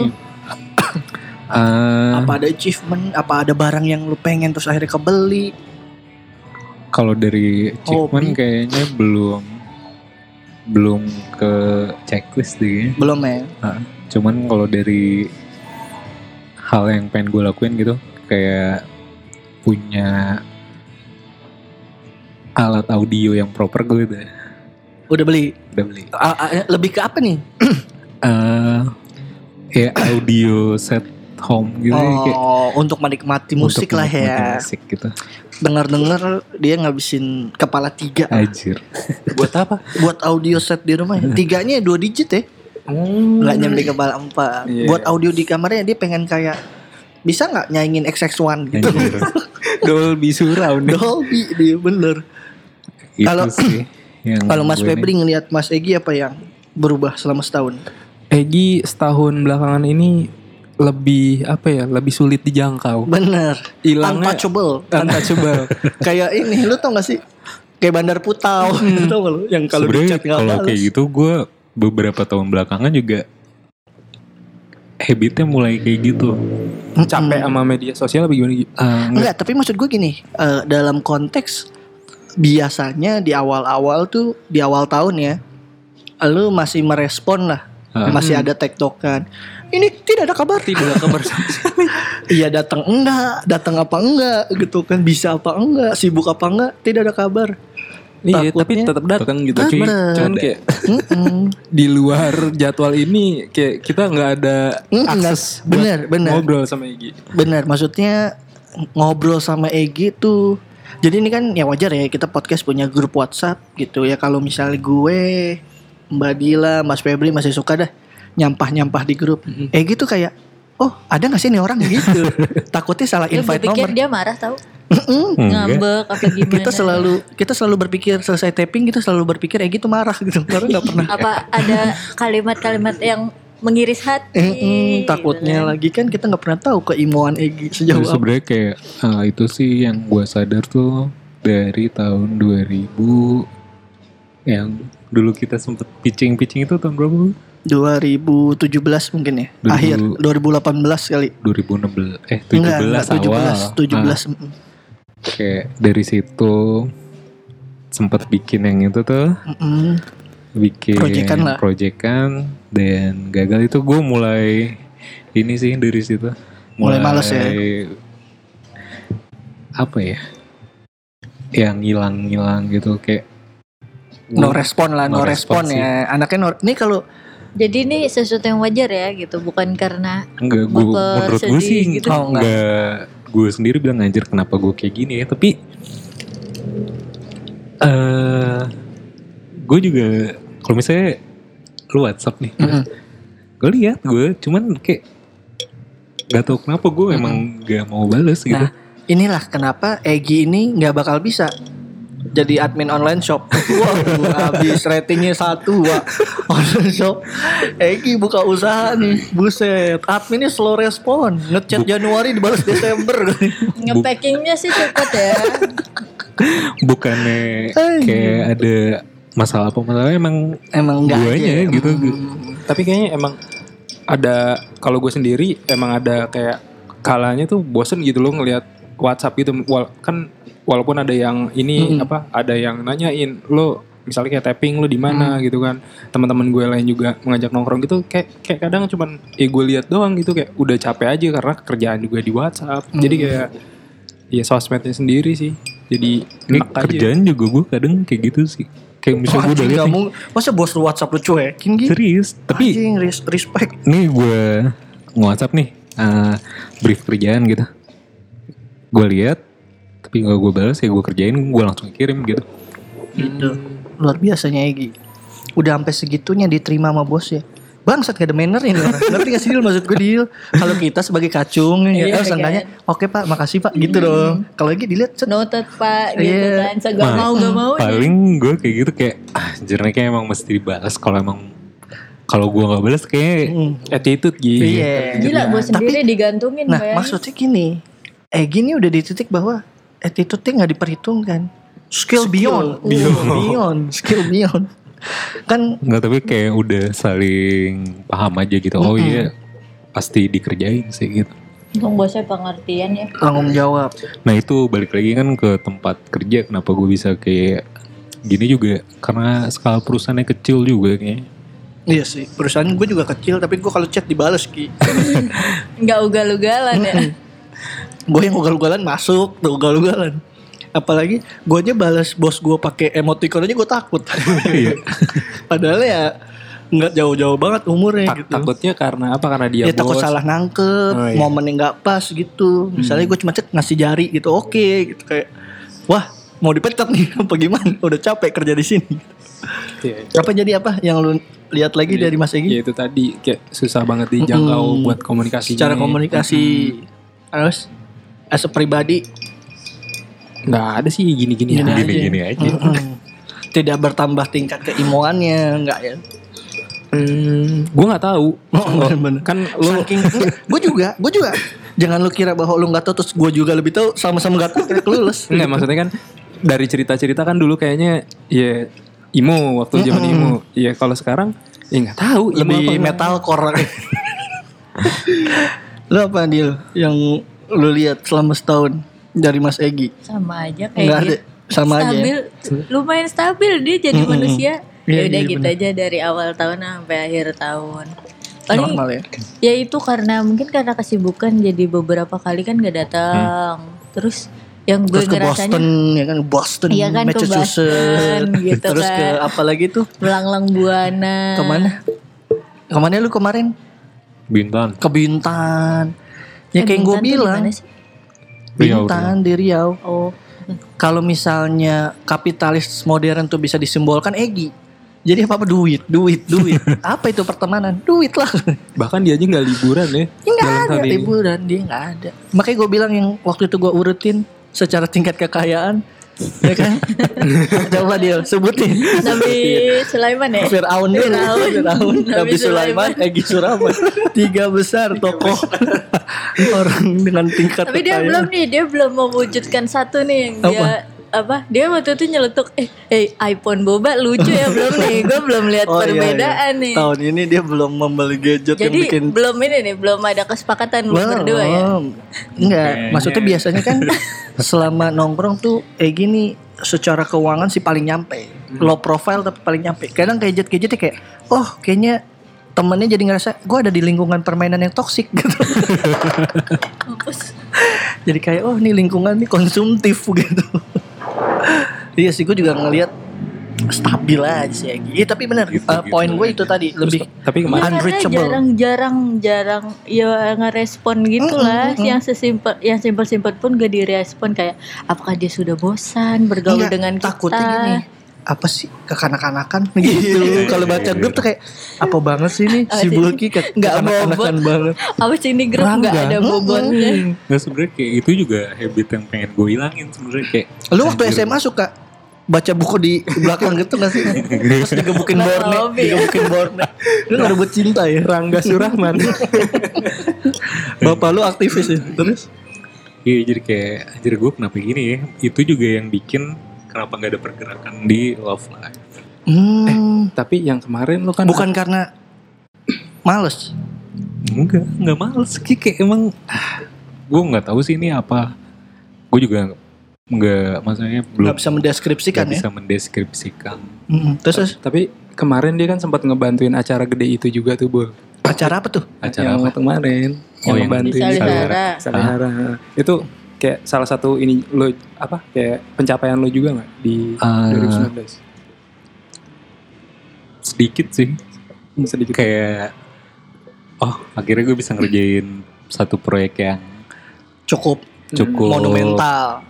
Apa ada achievement, apa ada barang yang lu pengen terus akhirnya kebeli? Kalau dari achievement Hobi. kayaknya belum ke checklist deh. Belum ya? Cuman kalau dari hal yang pengen gue lakuin gitu, kayak punya alat audio yang proper, gue Udah beli? udah beli. Lebih ke apa nih? Kayak audio set home gitu, kayak Untuk menikmati musik untuk lah menikmati ya. musik gitu. Dengar-dengar dia ngabisin kepala 3 Anjir. Buat apa? buat audio set di rumah. 3-nya 2 digit ya. Nggak nyampe kepala 4. Iya. Buat audio di kamarnya dia pengen kayak bisa nggak nyaingin XX1 gitu. Anjir. Dolby surround. Dolby dia bener. Itu Kalau- sih yang Kalau Mas gue Febri ngelihat Mas Egy apa yang berubah selama setahun? Egy setahun belakangan ini lebih apa ya? Lebih sulit dijangkau. Bener. Hilangnya Untouchable. Kayak ini, lu tau gak sih? Kayak Bandar Putau. Tau gak lu? Yang kalau di sebenarnya chat gak kalau balas. kayak gitu, gue beberapa tahun belakangan juga habitnya mulai kayak gitu. Capek sama media sosial apa gimana gitu? Enggak, tapi maksud gue gini, dalam konteks biasanya di awal-awal tuh, di awal tahun ya, lu masih merespon lah, masih ada tektokan. Ini tidak ada kabar. Tidak ada kabar sama sekali. Iya datang enggak, datang apa enggak gitu kan, bisa apa enggak, sibuk apa enggak, tidak ada kabar. Iya, tapi Takutnya- tetap datang gitu. Tapi- Cuman kayak di luar jadwal ini kayak kita nggak ada akses buat bener. ngobrol sama Egy. Bener, maksudnya ngobrol sama Egy tuh. Jadi ini kan ya wajar ya, kita podcast punya grup WhatsApp gitu ya. Kalau misalnya gue, Mbak Dila, Mas Febri masih suka dah nyampah-nyampah di grup. Egy tuh kayak oh ada gak sih nih orang gitu. Takutnya salah Ya, invite gue pikir nomor. dia marah tau. Ngambek apa gimana. Kita selalu berpikir selesai taping kita selalu berpikir gitu marah gitu. Karena gak pernah. Apa ada kalimat-kalimat yang mengiris hati. Takutnya gitu kan. lagi kan kita gak pernah tahu keimoan Egy sejauh apa. Sebenarnya kayak itu sih yang gue sadar tuh dari tahun 2000 yang dulu kita sempet pitching itu tahun berapa? 2017 mungkin ya. Akhir 2018 kali. 2016 17 awal. 17. Kayak dari situ sempet bikin yang itu tuh. Bikin proyekan dan gagal itu gue mulai ini sih dari situ. Mulai males ya. Apa ya? Yang hilang gitu kayak No respon ya. Anaknya ini kalau jadi ini sesuatu yang wajar ya gitu, bukan karena enggak menurut gue sih gitu. enggak. Gue sendiri bilang anjir kenapa gue kayak gini ya, tapi gue juga kalau misalnya lu WhatsApp nih, gue lihat gue cuman kayak gak tau kenapa gue emang gak mau bales gitu. Nah, inilah kenapa Egy ini gak bakal bisa jadi admin online shop. Wah, habis ratingnya 1 Wak. Online shop. Egy buka usaha nih. Buset, adminnya slow respon. Ngechat Januari dibalas Desember. Ngepackingnya sih cepet ya. Bukannya kayak ada masalah emang enggak guanya aja. Gitu. Tapi kayaknya emang ada, kalau gue sendiri emang ada kayak kalanya tuh bosen gitu loh ngelihat WhatsApp gitu. Kan walaupun ada yang ini ada yang nanyain lo misalnya kayak tapping lo di mana gitu kan, teman-teman gue lain juga mengajak nongkrong gitu, kayak kadang cuman gue lihat doang gitu, kayak udah capek aja karena kerjaan juga di WhatsApp. Jadi kayak ya sosmednya sendiri sih jadi ini enak aja. kerjaan juga gue kadang kayak gitu sih, kayak misalnya gue udah lihat nih, masa bos lu WhatsApp lu cuekin gitu? serius, tapi Anjing, respect. nih gue nge-WhatsApp nih brief kerjaan gitu, gue lihat tapi gak gue balas ya gue kerjain, gue langsung kirim gitu. Gitu. Luar biasanya Egy. Udah sampai segitunya diterima sama bos ya. Bangsat gak ada manner ini orang. Ngerti gak sih Dil maksud gue Dil? Kalau kita sebagai kacung ya Iya, seenggaknya oke Pak, makasih Pak gitu dong. Kalau Egy dilihat Noted Pak gitu Iya. kan. Gak mau Paling gue kayak gitu kayak anjirnya kayak emang mesti dibalas, kalau gue gak balas kayak Attitude gitu. Iya. Gila gue sendiri digantungin. Nah bayangin. maksudnya gini, Egy ini udah di titik bahwa attitude-nya gak diperhitungkan. Skill beyond. Skill beyond. Kan nggak, tapi kayak udah saling paham aja gitu. Oh iya pasti dikerjain sih gitu. Untung bosnya pengertian ya. tanggung jawab. Nah itu balik lagi kan ke tempat kerja, kenapa gue bisa kayak gini juga karena skala perusahaannya kecil juga kayaknya. Iya sih, perusahaan gue juga kecil tapi gue kalau chat dibales Ki. Nggak ugal-ugalan ya. Gue yang ugal-ugalan masuk, tuh ugal-ugalan. Apalagi gue aja balas bos gue pakai emoticon aja gue takut. Iya. Padahal ya nggak jauh-jauh banget umurnya gitu. Takutnya karena apa? Karena dia Ya takut bos. salah nangkep, Oh, iya. momennya nggak pas gitu. Misalnya gue cuma ngasih jari gitu, oke gitu kayak, wah mau dipecat nih apa gimana? Udah capek kerja di sini. Iya. Apa jadi apa yang lu lihat lagi dari Mas Ya Egy? itu tadi kayak susah banget dijangkau buat komunikasi. Secara komunikasi, terus as a pribadi nggak ada sih gini-gini Gini aja. Gini-gini aja. tidak bertambah tingkat keimoannya, enggak ya? Gue nggak tahu. Bener-bener. Kan lo Gue juga. Jangan lu kira bahwa lu nggak tahu terus gue juga lebih tahu, sama-sama nggak tahu kayak kelulus. nggak, maksudnya kan dari cerita-cerita kan dulu kayaknya ya emo waktu zaman emo. Ya kalau sekarang ya nggak tahu emo Lebih apa. metalcore. Lu apa Dil yang lu lihat selama setahun dari Mas Egy? Sama aja kayak Enggak ada, gitu. sama aja. Stabil, lumayan stabil dia jadi manusia. Iya, Ya udah iya, gitu bener. aja dari awal tahun sampai akhir tahun. Paling Normal ya. ya itu mungkin karena kesibukan jadi beberapa kali kan gak datang. Terus yang gue Terus ke ngerasanya Boston ya kan, Boston, Iya kan, ke Massachusetts. Boston, gitu Terus kan. ke apa lagi tuh? melanglang buana. Kemana? Kemana lu kemarin? Bintan. Ke Bintan. Ya kayak gue Bintan tuh bilang, dimana sih? Bintan di Riau. Oh, Kalau misalnya kapitalis modern tuh bisa disimbolkan Egy. Jadi apa duit. Apa itu pertemanan? Duit lah. Bahkan dia aja nggak liburan ya. Nggak ada liburan, dia nggak ada. Makanya gue bilang yang waktu itu gue urutin secara tingkat kekayaan, ya kan? Coba dia sebutin. Nabi Sulaiman ya. Fir'aun dulu. Nabi Sulaiman, Egy Suraman. 3 besar tokoh orang dengan tingkat Tapi kekayaan. dia belum mewujudkan satu nih yang dia waktu itu nyeletuk iPhone boba lucu ya belum nih. Gue belum lihat perbedaan nih. Tahun ini dia belum membeli gadget yang Jadi bikin belum ada kesepakatan berdua ya. Enggak, maksudnya biasanya kan selama nongkrong tuh gini secara keuangan sih paling nyampe. Low profile tapi paling nyampe. Kadang gadget-gadgetnya kayak kayaknya temennya jadi ngerasa gue ada di lingkungan permainan yang toksik gitu. Jadi kayak nih lingkungan nih konsumtif gitu. Iya sih, gue juga ngelihat stabil aja sih Egy. Tapi benar, poin gue itu tadi lebih tapi unreachable. Jarang ya ngerespon gitulah. Yang simpel pun gak direspon, kayak apakah dia sudah bosan bergaul dengan kita. Takutnya gini, apa sih kekanak-kanakan gitu. Kalau baca grup tuh kayak apa banget sih nih si Bulky nggak kekanak-kanakan banget. Apa sih ini grup nggak ada bobotnya? Nah sebenarnya kayak itu juga habit yang pengen gue hilangin sebenarnya kayak. Lu waktu SMA suka baca buku di belakang gitu gak sih? Terus digebukin borne. Lu gak rebut cinta ya? Rangga Surahman. Bapak lu aktivis ya? Terus? Iya jadi kayak anjir gue kenapa gini ya. Itu juga yang bikin kenapa gak ada pergerakan di love life. Tapi yang kemarin lu kan bukan karena males. Enggak males. Kayak emang gue gak tahu sih ini apa. Gue juga Enggak, maksudnya belum bisa mendeskripsikan ya. Bisa mendeskripsikan. Terus tapi kemarin dia kan sempat ngebantuin acara gede itu juga tuh, Bol. Acara apa tuh? Acara yang kemarin. Yang ngebantuin Salihara. Itu kayak salah satu ini lo kayak pencapaian lo juga enggak di 2019? Sedikit sih. Sedikit kayak akhirnya gue bisa ngerjain satu proyek yang cukup monumental.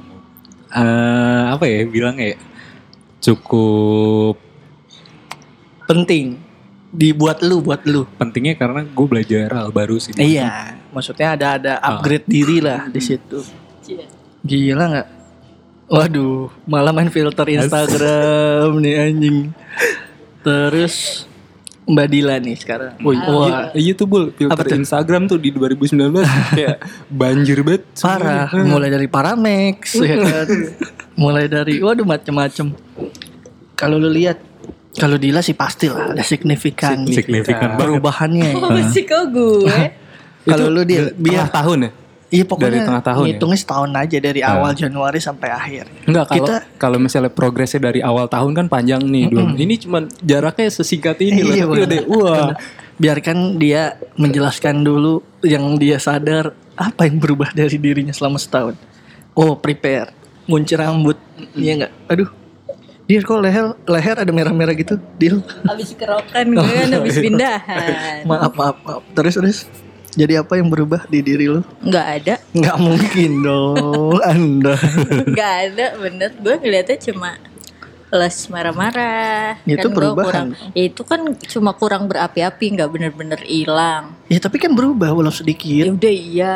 Apa ya bilangnya ya, cukup penting dibuat lu. Pentingnya karena gue belajar hal baru sih. Iya, maksudnya ada upgrade diri lah di situ. Gila nggak? Waduh, malah main filter Instagram nih anjing. Terus Mbak Dila nih sekarang. Iya tuh Bul, filter Instagram tuh di 2019 kayak banjir banget. Parah, mulai dari Paramex ya kan. Mulai dari macem-macem. Kalau lu lihat, kalau Dila sih pastilah ada signifikan perubahannya. Masih kok gue. Kalau lu dia biar tahun ya? Iya pokoknya dari tengah tahun ngitungnya setahun aja dari awal Januari sampai akhir. Enggak, kalau misalnya progresnya dari awal tahun kan panjang nih. Ini cuma jaraknya sesingkat ini loh. Wah. Biarkan dia menjelaskan dulu yang dia sadar apa yang berubah dari dirinya selama setahun. Prepare, ngunci rambut. Iya enggak? Aduh. Dia kok leher ada merah-merah gitu. Deal. Habis kerokan gue kan habis pindahan. Maaf. Terus. Jadi apa yang berubah di diri lo? Nggak ada. Nggak mungkin dong Anda. Nggak ada, bener. Gue ngeliatnya cuma les marah-marah. Itu kan perubahan. Itu kan cuma kurang berapi-api, nggak bener-bener hilang. Ya tapi kan berubah walau sedikit. Ya udah iya.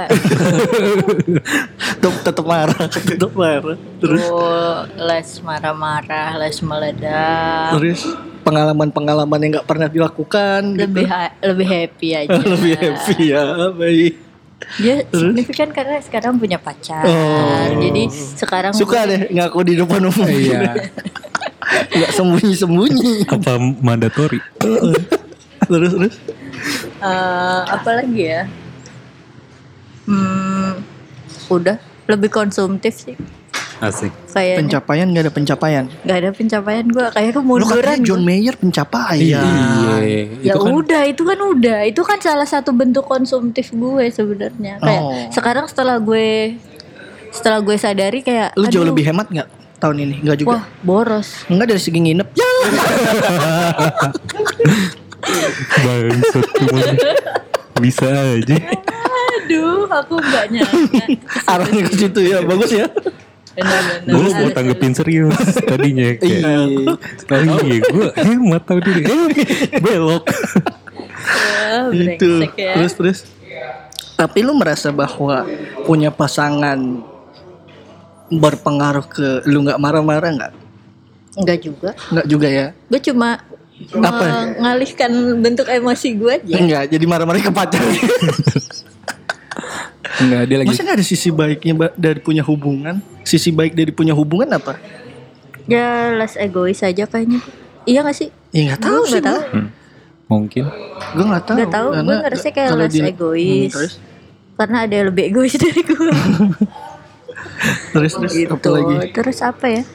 Tetap marah. Terus les marah-marah, les meledak. Terus pengalaman-pengalaman yang nggak pernah dilakukan lebih happy aja. Lebih happy ya, baik. Dia signifikan karena sekarang punya pacar. Jadi sekarang suka deh ngaku di depan umum. Iya. Nggak sembunyi-sembunyi. Apa mandatory? Terus. Apa lagi ya? Udah lebih konsumtif sih. Asik. Kayaknya. Pencapaian nggak ada pencapaian. Nggak ada pencapaian gue. Kayak kemunduran. Lu katanya John Mayer pencapaian. Iya. Ya udah, itu kan udah. Itu kan salah satu bentuk konsumtif gue sebenarnya. Kayak sekarang setelah gue sadari kayak. Lu jauh lebih hemat nggak tahun ini? Nggak juga. Wah, boros. Enggak dari segi nginep. Ya. Bangsat bisa aja. Aduh, aku nggak nyangka. Arahnya ke situ ya, bagus ya. Gue mau tanggepin serius tadinya kayak gue hemat tau diri belok Itu ya. Terus tapi lu merasa bahwa punya pasangan berpengaruh ke lu nggak marah-marah nggak? Nggak juga ya. Gue cuma mengalihkan bentuk emosi gue aja. Enggak, jadi marah-marah ke pacar. Enggak, dia lagi. Masa nggak ada sisi baiknya dari punya hubungan? Sisi baik dari punya hubungan apa? Ya less egois aja kayaknya. Iya nggak sih? Ya nggak tahu sih. Mungkin. Gue nggak tahu. Nggak tahu. Gue ngerasa kayak less egois. Karena ada yang lebih egois dari gue. terus gitu. Apa lagi? Terus apa ya?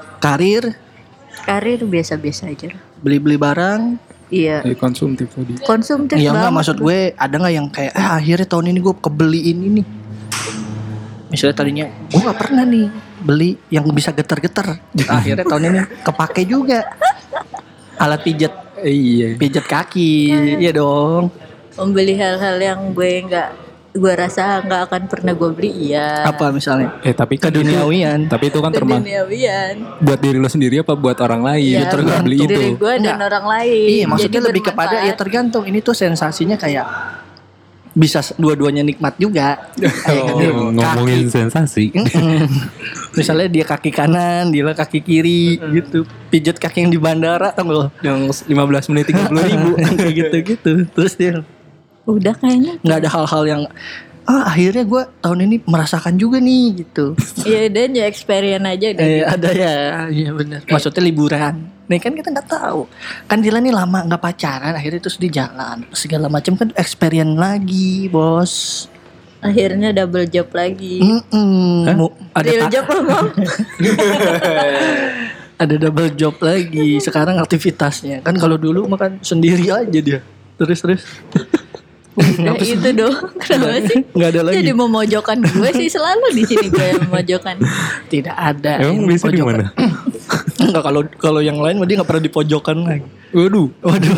Karir biasa-biasa aja. Beli barang. Iya. Konsumtif tadi. Konsumtif ya, banget. Enggak, maksud gue ada nggak yang kayak akhirnya tahun ini gue kebeliin ini. Misalnya tadinya gue nggak pernah nih beli yang bisa getar-getar. Akhirnya tahun ini kepake juga. Alat pijat kaki. Iya dong. Membeli hal-hal yang gue rasa nggak akan pernah gue beli. Iya. Apa misalnya? Tapi kan keduniawian. Tapi itu kan termasuk keduniawian. buat diri lo sendiri apa buat orang lain? Ya, Tergantung beli itu. Diri gue dan orang lain. Iya, maksudnya jadi lebih kepada ya tergantung. Ini tuh sensasinya kayak bisa dua-duanya nikmat juga. Ngomongin sensasi. Misalnya dia kaki kanan, dia kaki kiri gitu. Pijat kaki yang di bandara tau gak? Yang 15 menit 30.000 kayak gitu. Terus dia udah kayaknya nggak ada hal-hal yang akhirnya gue tahun ini merasakan juga nih gitu. Iya, dan ya experience aja udah. Ada ya, iya benar. Maksudnya liburan. Nih kan kita nggak tahu. Kan Dila nih lama nggak pacaran, akhirnya terus di jalan segala macam kan experience lagi, bos. Akhirnya double job lagi. Ada real job lo mau? Ada double job lagi. Sekarang aktivitasnya kan kalau dulu makan sendiri aja dia. Terus. Nah itu dong. Kenapa sih? Nggak ada lagi. Jadi memojokkan gue sih selalu di sini gue yang memojokkan. Tidak ada. Emang bisa di mana? Enggak, kalau yang lain mah dia nggak pernah di pojokan lagi. Waduh.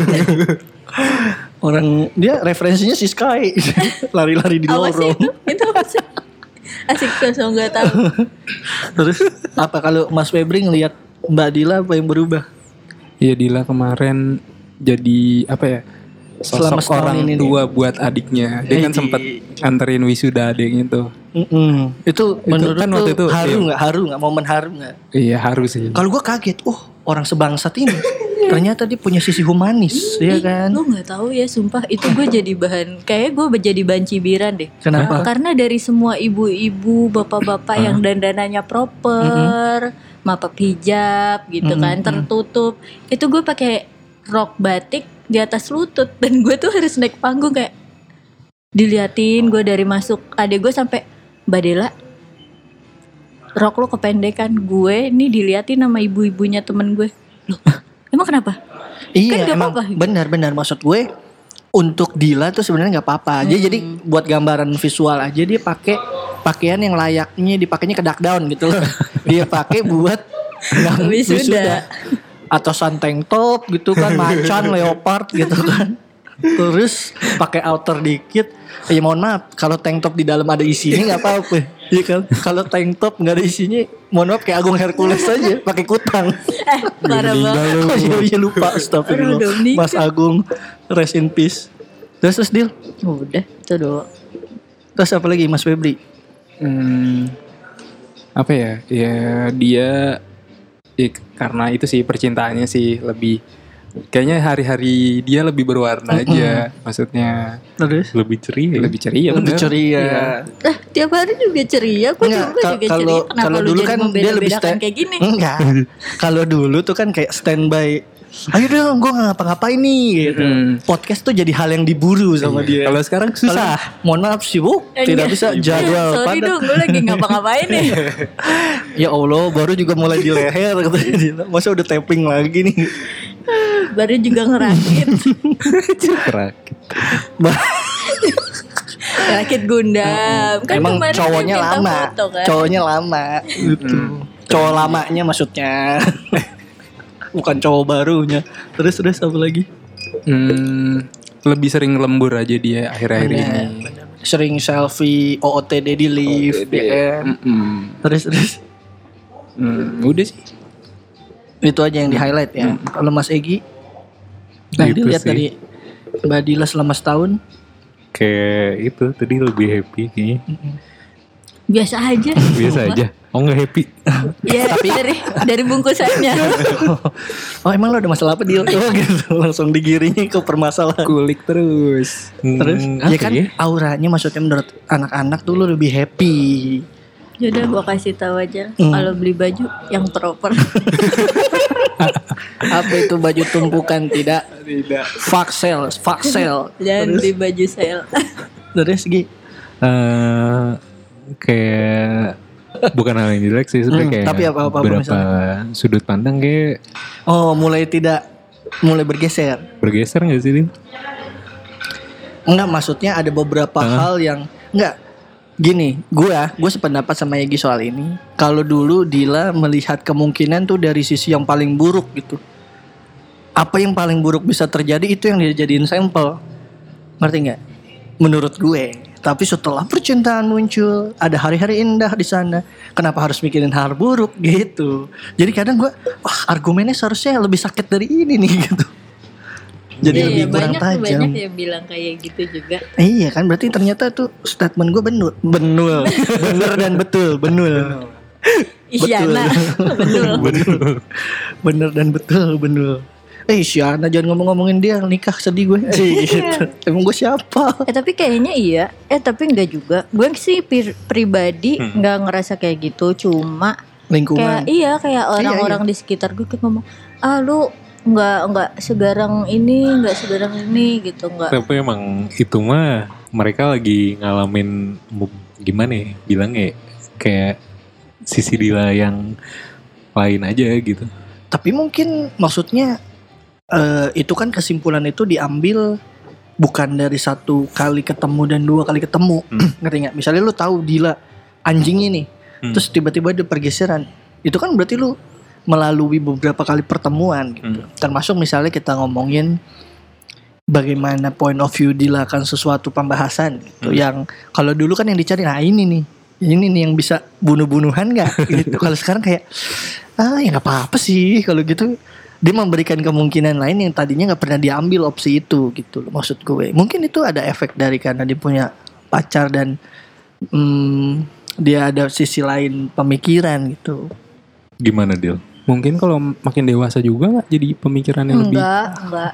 Orang dia referensinya si Sky. Lari-lari di lorong. Itu apa sih? Asik kosong nggak tahu. Terus apa kalau Mas Febri ngelihat Mbak Dila apa yang berubah? Iya, Dila kemarin jadi apa ya? Selama Sosok orang ini tua buat adiknya. Dia kan sempat anterin wisuda adiknya tuh. Itu menurut kan waktu itu haru nggak momen haru nggak? Iya, harus sih. Kalau gue kaget, orang sebangsat ini ternyata dia punya sisi humanis, ya kan? Lo nggak tahu ya, sumpah itu gue jadi bahan, kayak gue jadi bahan cibiran deh. Kenapa? Karena dari semua ibu-ibu, bapak-bapak yang dandanannya proper, mapap hijab gitu kan, tertutup, itu gue pakai rok batik di atas lutut dan gue tuh harus naik panggung kayak diliatin gue dari masuk adek gue sampai Mbak Dela rok lo kependekan. Gue nih diliatin sama ibu-ibunya temen gue. Loh emang kenapa? Iya kan emang apa-apa. benar maksud gue untuk Dila tuh sebenarnya nggak apa-apa. Jadi buat gambaran visual aja dia pakai pakaian yang layaknya dipakainya ke duck down gitu. Dia pakai buat wisuda. Atasan tank top gitu kan, macan leopard gitu kan. Terus pakai outer dikit. Ya mohon maaf kalau tank top di dalam ada isinya nggak apa-apa. Iya kan? Kalau tank top nggak ada isinya, mohon maaf kayak Agung Hercules aja pakai kutang. Parah banget. Oh iya lupa, astagfirullah. Mas Agung rest in peace. Terus Dil. Udah itu doang. Terus apa lagi Mas Febri? Apa ya? Ya dia karena itu sih percintaannya sih lebih kayaknya hari-hari dia lebih berwarna aja, maksudnya Terus lebih ceria. lebih ceria. lebih bener. ceria. Iya. Tiap hari juga ceria. Gue juga ceria. Kenapa kalau lu dulu jadi kan dia lebih membeda-bedakan kayak gini? Enggak. Kalau dulu tuh kan kayak standby. Ayo dong, gue nggak ngapa-ngapain nih. Gitu. Podcast tuh jadi hal yang diburu sama dia. Kalau sekarang susah. Mohon maaf sibuk, tidak bisa jadwal Sorry padat. dong, gue lagi ngapa-ngapain nih. Ya Allah, baru juga mulai di leher. Masa udah tapping lagi nih. Baru juga ngerakit. Rakit Gundam. Kan Emang kemarin cowoknya dia minta lama, foto, kan? cowoknya lama gitu. Cowok lamanya maksudnya. Bukan cowok barunya. Terus apa lagi? Lebih sering lembur aja dia akhir-akhir ini. Sering selfie OOTD di lift. Ya. Terus Udah sih. Itu aja yang di highlight ya. Kalau Mas Egi, nah Gitu dilihat sih. dari Mbak Dila selama setahun. Kayak itu tadi lebih happy kayaknya. Biasa aja. Biasa aja. Oh nggak happy. Iya, dari bungkusannya. Oh emang lo ada masalah apa Dil? Oh gitu, langsung digiringin ke permasalahan. Kulik terus. Terus Apa ya kan auranya maksudnya menurut anak-anak tuh lo lebih happy. Yaudah gue kasih tahu aja kalau beli baju yang proper. Apa itu baju tumpukan? Tidak. Fuck sale. Jangan beli baju sale. Terus Gi, Kayak bukan hal yang jelek sih sebenarnya, kayak tapi apa beberapa misalnya? sudut pandang kayak mulai bergeser. bergeser nggak sih Din? Enggak, maksudnya ada beberapa hal yang enggak. Gini, gue sependapat sama Egi soal ini. Kalau dulu Dila melihat kemungkinan tuh dari sisi yang paling buruk gitu. Apa yang paling buruk bisa terjadi itu yang dia jadiin sampel. Ngerti nggak? Menurut gue. Tapi setelah percintaan muncul, ada hari-hari indah di sana. Kenapa harus mikirin hal buruk gitu? Jadi kadang gue, argumennya seharusnya lebih sakit dari ini nih gitu. Jadi lebih kurang tajam. Banyak yang bilang kayak gitu juga. Iya kan, berarti ternyata tuh statement gue bener dan betul. Isyana, Bener dan betul. Isyana jangan ngomongin dia nikah sedih gue. Gitu. Emang gue siapa? Tapi kayaknya iya. Tapi enggak juga. Gue sih pribadi enggak ngerasa kayak gitu. Cuma Lingkungan. kayak orang-orang di sekitar gue kayak ngomong, lu nggak segarang ini gitu, nggak. Tapi emang itu mah mereka lagi ngalamin gimana ya bilangnya, kayak sisi Dila yang lain aja gitu. Tapi mungkin maksudnya itu kan kesimpulan itu diambil bukan dari satu kali ketemu dan dua kali ketemu. Ngerti nggak? Misalnya lu tahu Dila anjing ini, terus tiba-tiba ada pergeseran. Itu kan berarti lu melalui beberapa kali pertemuan gitu. Termasuk misalnya kita ngomongin bagaimana point of view Dila akan sesuatu pembahasan gitu. Yang kalau dulu kan yang dicari, nah ini nih yang bisa bunuh-bunuhan gak gitu. Kalau sekarang kayak ya gak apa-apa sih kalau gitu. Dia memberikan kemungkinan lain yang tadinya gak pernah diambil opsi itu gitu loh, maksud gue. Mungkin itu ada efek dari karena dia punya pacar dan dia ada sisi lain pemikiran gitu. Gimana Dil? Mungkin kalau makin dewasa juga nggak jadi pemikirannya lebih. Enggak.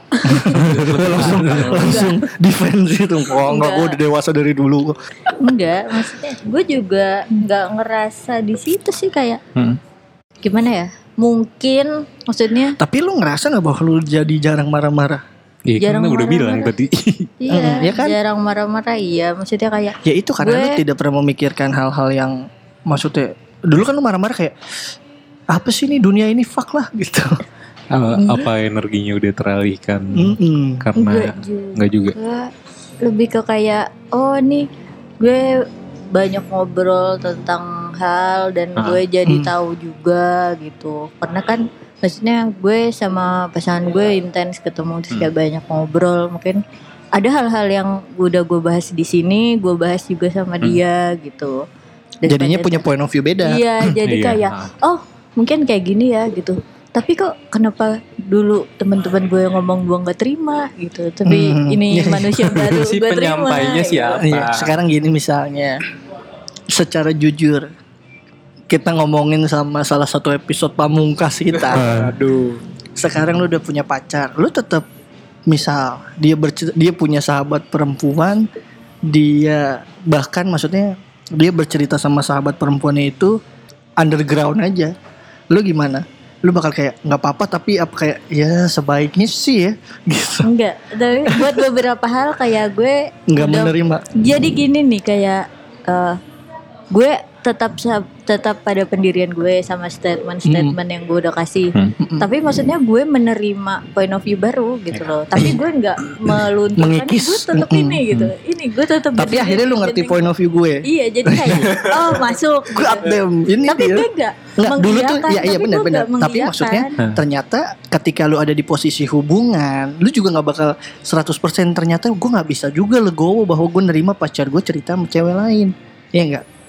langsung defense itu. Enggak, gue udah dewasa dari dulu. Enggak, maksudnya gue juga enggak ngerasa di situ sih kayak gimana ya? Mungkin maksudnya. Tapi lu ngerasa nggak bahwa lu jadi jarang marah-marah? Iya, kan udah bilang tadi. Iya, ya kan? jarang marah-marah, iya. Maksudnya kayak ya itu karena lu tidak pernah memikirkan hal-hal yang maksudnya dulu kan lu marah-marah kayak apa sih ini dunia ini fuck lah gitu. Apa energinya udah teralihkan karena enggak juga. Lebih ke kayak nih gue banyak ngobrol tentang hal dan gue jadi tahu juga gitu. Karena kan maksudnya gue sama pasangan gue intens ketemu terus kayak banyak ngobrol. Mungkin ada hal-hal yang udah gue bahas di sini, gue bahas juga sama dia gitu. Dan jadinya punya point of view beda. Iya, jadi kayak mungkin kayak gini ya gitu. Tapi kok kenapa dulu teman-teman gue yang ngomong gue nggak terima gitu. Tapi ini manusia baru Si gue terima. penyampainya siapa? Iya, sekarang gini misalnya, secara jujur kita ngomongin sama salah satu episode pamungkas kita. Aduh. Sekarang lu udah punya pacar, lu tetap misal dia punya sahabat perempuan, dia bahkan maksudnya dia bercerita sama sahabat perempuannya itu underground aja. Lu gimana? Lu bakal kayak nggak apa-apa tapi apa kayak ya sebaiknya sih ya gitu. Enggak, tapi buat beberapa hal kayak gue Nggak menerima. Jadi gini nih kayak gue tetap pada pendirian gue sama statement yang gue udah kasih. Tapi maksudnya gue menerima point of view baru gitu loh. Tapi gue nggak melunturkan gue tetap ini gitu. Ini gue tetap. Tapi akhirnya lu ngerti point of view gue. Iya, jadi kayak masuk. Ini tapi dia. gue nggak dulu tuh iya benar. benar. Tapi maksudnya ternyata ketika lu ada di posisi hubungan, lu juga nggak bakal 100% ternyata gue nggak bisa juga legowo bahwa gue nerima pacar gue cerita sama cewek lain. Iya enggak?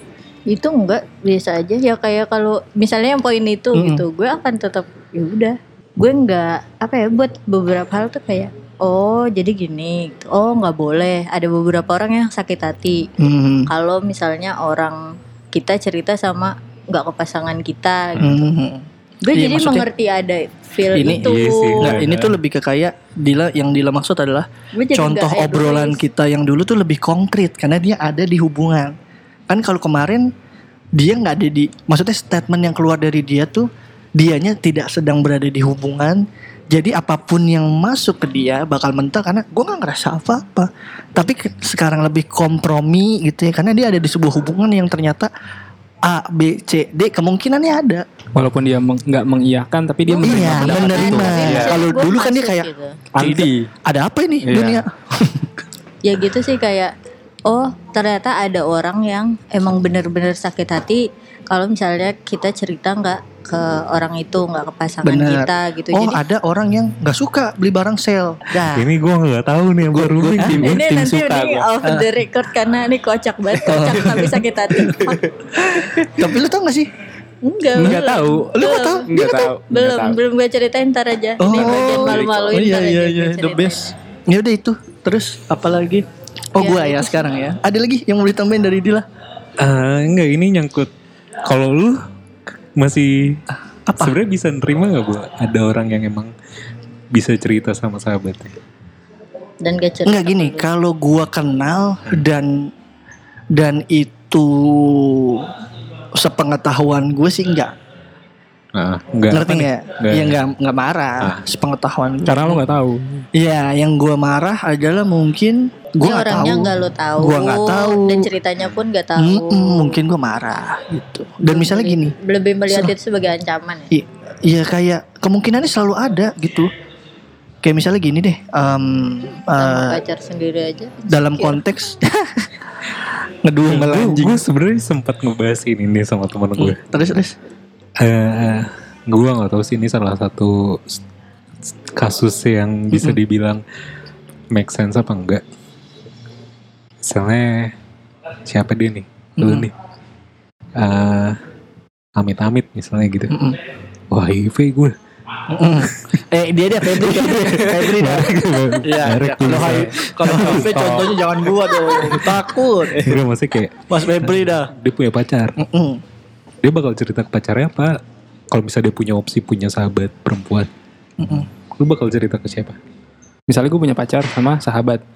Itu enggak, biasa aja ya, kayak kalau misalnya yang poin itu gitu, gue akan tetap ya udah. Gue enggak buat beberapa hal tuh kayak oh jadi gini, oh nggak boleh. Ada beberapa orang yang sakit hati kalau misalnya orang kita cerita sama nggak ke pasangan kita gitu. Gue jadi mengerti ada feel itu. Nah, ini tuh lebih ke kayak yang Dila maksud adalah contoh obrolan kita yang dulu tuh lebih konkret karena dia ada di hubungan. Kan kalau kemarin dia nggak ada maksudnya statement yang keluar dari dia tuh dianya tidak sedang berada di hubungan. Jadi apapun yang masuk ke dia bakal mental karena gue nggak ngerasa apa-apa. Tapi sekarang lebih kompromi gitu ya karena dia ada di sebuah hubungan yang ternyata A, B, C, D kemungkinannya ada. Walaupun dia nggak mengiyakan tapi dia menerima. Kalau dulu kan dia kayak gitu. Anti. Ada apa ini dunia? Ya gitu sih kayak oh ternyata ada orang yang emang benar-benar sakit hati kalau misalnya kita cerita nggak ke orang itu, nggak ke pasangan kita gitu. Oh jadi ada orang yang nggak suka beli barang sale. Nah, ini gue nggak tahu nih yang baru ini nanti ini off the record karena ini kocak banget, kocak tapi sakit hati. Tapi lu tau nggak sih? Enggak tahu. Lu nggak tahu? Belum gue ceritain, ntar aja. Ini bagian malu-maluin. Iya, the best. Ya udah itu. Terus apa lagi? Oh gue ya sekarang ya. Ada lagi yang mau ditambahin dari Dila? Enggak, ini nyangkut. Kalau lu masih sebenarnya bisa nerima nggak Bu? Ada orang yang emang bisa cerita sama sahabatnya dan gak cerita? Enggak gini, kalau gue kenal dan itu sepengetahuan gue sih enggak. Enggak. Ngerti nggak? Ya nggak marah. Sepengetahuan gue. Karena lo nggak tahu. Iya, yang gue marah adalah mungkin gue nggak tahu. Orangnya nggak lo tahu. Gue nggak tahu. Dan ceritanya pun nggak tahu. Mungkin gue marah gitu. Dan misalnya gini. Lebih melihat itu sebagai ancaman ya. Iya kayak kemungkinannya selalu ada gitu. Kayak misalnya gini deh. Sama pacar sendiri aja. Dalam konteks ngedumel anjing. Gue sebenarnya sempat ngebahas ini nih sama teman gue. Terus. Gue nggak tahu sih ini salah satu kasus yang bisa dibilang make sense apa enggak. Misalnya siapa dia nih, lu nih, amit-amit misalnya gitu. Wah HIV gue. Dia Febri dah. Iya. Kalau HIV contohnya jangan gua dong, takut. Gue masih kayak Mas Febri dah. Dia punya pacar. Dia bakal cerita ke pacarnya apa? Kalau misalnya dia punya opsi punya sahabat perempuan, lu bakal cerita ke siapa? Misalnya gue punya pacar sama sahabat.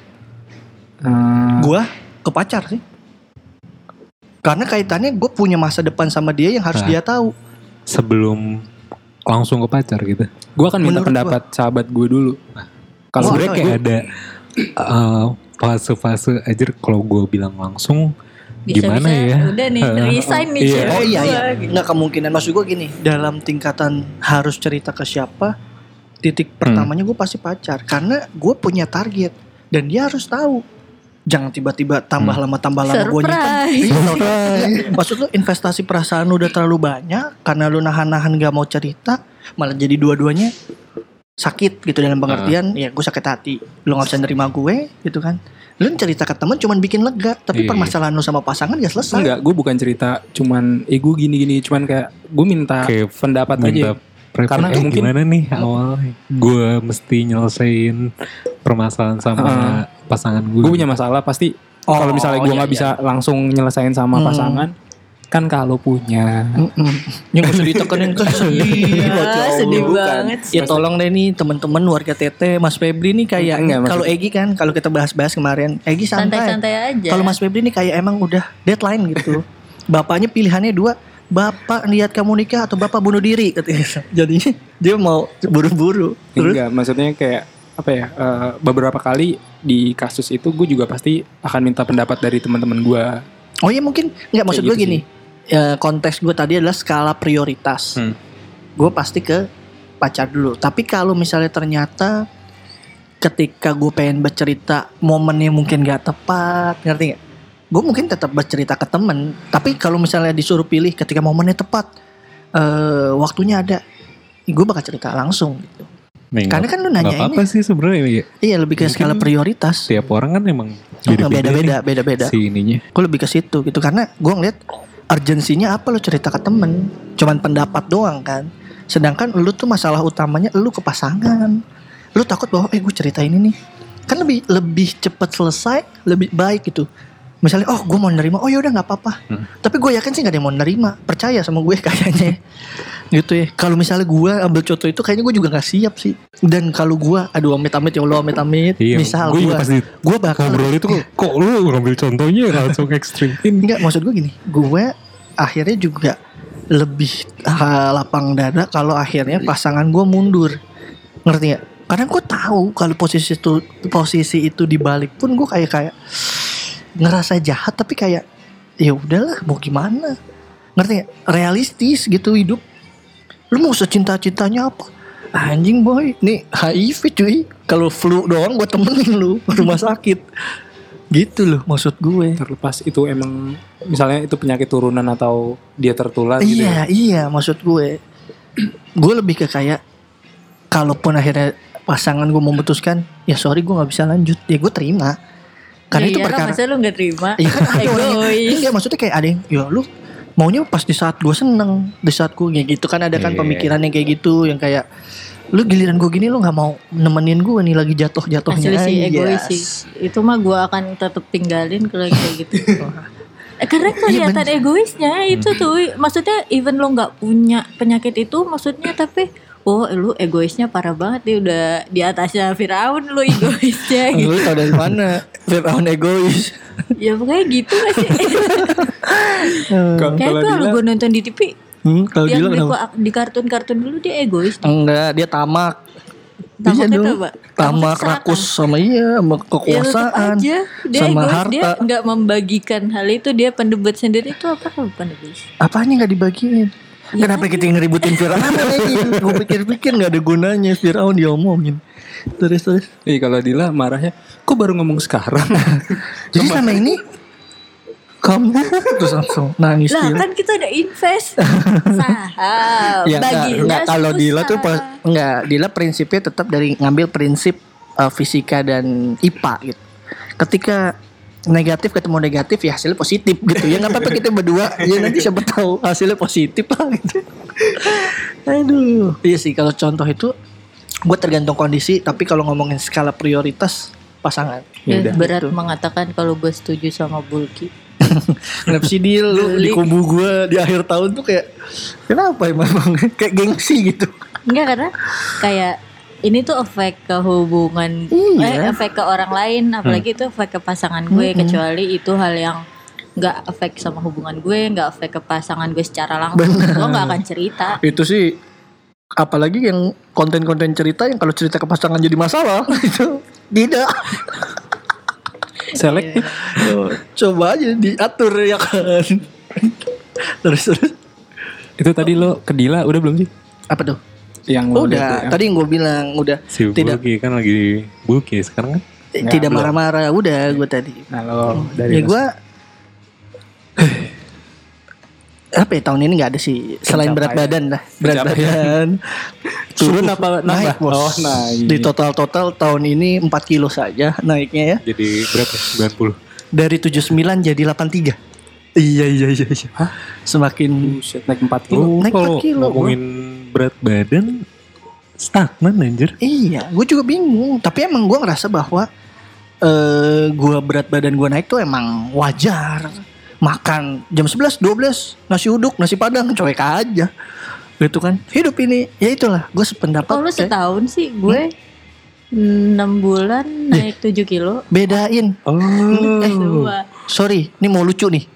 Gua ke pacar sih. Karena kaitannya gue punya masa depan sama dia yang harus dia tahu. Sebelum langsung ke pacar gitu. Gue akan minta pendapat sahabat gue dulu. Kalau sebenarnya kayak ada fase-fase aja. Kalau gue bilang langsung gimana ya? Udah nih resign nih. Oh iya. Nggak kemungkinan. Maksud gue gini, dalam tingkatan harus cerita ke siapa, titik pertamanya gue pasti pacar. Karena gue punya target dan dia harus tahu. Jangan tiba-tiba tambah lama gue nyimpen. Maksud lu investasi perasaan lu udah terlalu banyak karena lu nahan-nahan gak mau cerita, malah jadi dua-duanya sakit gitu dalam pengertian. Ya gue sakit hati, lu gak bisa nerima gue gitu kan. Lu cerita ke teman cuman bikin lega, tapi permasalahan lu sama pasangan gak selesai. Enggak, gue bukan cerita cuman gue gini-gini, cuman kayak gue minta pendapat aja. Karena mungkin gimana nih awalnya gue mesti nyelesain permasalahan sama pasangan gue. Gue punya masalah pasti. Kalau misalnya gue nggak bisa langsung nyelesain sama pasangan, kan kalau punya yang usah ditekenin kan sedih banget. Ya tolong deh nih teman-teman warga TT, Mas Febri nih kayak kalau Egi kan, kalau kita bahas-bahas kemarin, Egi santai-santai aja. Kalau Mas Febri nih kayak emang udah deadline gitu. Bapaknya pilihannya dua, bapak niat kamu nikah atau bapak bunuh diri katanya. Jadinya dia mau buru-buru. Enggak, maksudnya kayak apa ya? Beberapa kali di kasus itu gue juga pasti akan minta pendapat dari teman-teman gue. Oh iya mungkin nggak, maksud gue gini. Konteks gue tadi adalah skala prioritas. Gue pasti ke pacar dulu. Tapi kalau misalnya ternyata ketika gue pengen bercerita momennya mungkin nggak tepat, ngerti nggak? Gue mungkin tetap bercerita ke temen. Tapi kalau misalnya disuruh pilih ketika momennya tepat, waktunya ada, gue bakal cerita langsung gitu. Karena kan lu nanya apa sih sebenarnya ya? Iya, lebih ke skala prioritas. Tiap orang kan emang beda-beda si ininya. Gue lebih ke situ gitu, karena gue ngeliat urgensinya apa lu cerita ke temen, cuman pendapat doang kan. Sedangkan lu tuh masalah utamanya lu ke pasangan. Lu takut bahwa gue cerita ini nih kan lebih cepat selesai, lebih baik gitu. Misalnya gue mau nerima, yaudah nggak apa-apa. Tapi gue yakin sih nggak ada yang mau nerima, percaya sama gue kayaknya. Gitu ya. Kalau misalnya gue ambil contoh itu, kayaknya gue juga nggak siap sih. Dan kalau gue, amit-amit ya Allah, amit-amit. Iya, misal gue bakal ngobrol itu kok lu ngambil contohnya langsung ekstrim. Enggak, maksud gue gini, gue akhirnya juga lebih lapang dada kalau akhirnya pasangan gue mundur, ngerti nggak? Karena gue tahu kalau posisi itu dibalik pun gue kayak ngerasa jahat, tapi kayak ya udahlah, mau gimana, ngerti gak? Realistis gitu hidup. Lu mau secinta-cintanya apa? Anjing boy, nih HIV cuy. Kalau flu doang gue temenin lu rumah sakit. Gitu loh maksud gue. Terlepas itu emang misalnya itu penyakit turunan atau dia tertular gitu ya? Iya maksud gue. Gue lebih ke kayak kalaupun akhirnya pasangan gue memutuskan, ya sorry gue gak bisa lanjut, ya gue terima. Karena itu perkara. Masa lu gak terima? Iya kan ada orang. Enggak, maksudnya kayak ada yang, ya lu maunya pas di saat gue seneng, di saat gue kayak gitu kan, ada kan pemikiran yang kayak gitu, yang kayak lu giliran gue gini lu gak mau nemenin gue nih lagi jatuh-jatuhnya. Asli sih egois sih. Itu mah gue akan tetap tinggalin kalau kayak gitu. Karena kelihatan egoisnya itu tuh. Maksudnya even lu gak punya penyakit itu, maksudnya tapi lu egoisnya parah banget nih, udah di atasnya Firaun lu egoisnya gitu. Lu tau dari mana Firaun egois? Ya pokoknya gitu gak sih? Kayak kalau gue nonton di TV, kalau yang di kartun-kartun dulu dia egois. Enggak, dia tamak. Tamak itu apa? Tamak rakus sama sama kekuasaan, ya, dia sama egois, harta. Dia nggak membagikan hal itu, dia pendebut sendiri itu apa? Bukan egois. Apanya nggak dibagiin? Ya, kenapa kita ngeributin Firaun? Gue pikir-pikir nggak ada gunanya Firaun diomongin. Terus. Kalau Dila marahnya, kok baru ngomong sekarang? Jadi sama ini kamu terus langsung nangis. Lah kan kita udah invest saham. Ya, baginya kalau Dila tuh Dila prinsipnya tetap dari ngambil prinsip fisika dan IPA gitu. Ketika negatif ketemu negatif ya hasilnya positif gitu ya, nggak apa-apa kita berdua ya, nanti siapa tahu hasilnya positif lah gitu. Aduh, iya sih kalau contoh itu gue tergantung kondisi, tapi kalau ngomongin skala prioritas pasangan berat gitu. Mengatakan kalau gue setuju sama Bulky. Kenapa sih Dil lu di kubu gue di akhir tahun tuh kayak kenapa emang kayak gengsi gitu? Enggak, karena kayak ini tuh efek ke hubungan, efek ke orang lain, apalagi itu efek ke pasangan gue. Kecuali itu hal yang nggak efek sama hubungan gue, nggak efek ke pasangan gue secara langsung, gue nggak akan cerita. Itu sih, apalagi yang konten-konten cerita yang kalau cerita ke pasangan jadi masalah itu tidak. Selektif. Coba aja diatur ya kan. Terus. Itu tadi lo ke Dila udah belum sih? Apa tuh? Yang udah, tadi yang gue bilang udah. Si Bulky kan lagi Bulky sekarang kan? Tidak marah-marah, udah gue tadi. Halo, dari ya gue apa ya, tahun ini nggak ada sih selain berat badan lah, berat badan turun apa nambah? Naik, bos. Naik. Di total tahun ini 4 kilo saja naiknya ya. Jadi berapa? 90. Dari 79 jadi 83. Iya. Hah? Semakin naik 4 kilo. Naik 4 kilo. Ngomongin berat badan stagnan anjir. Iya, gue juga bingung. Tapi emang gue ngerasa bahwa gue berat badan gue naik tuh emang wajar. Makan jam 11, 12 nasi uduk, nasi padang, cuek aja. Gitu kan. Hidup ini, ya itulah. Gue sependapat. Kalau setahun sih gue 6 bulan naik 7 kilo. Bedain. Sorry, ini mau lucu nih.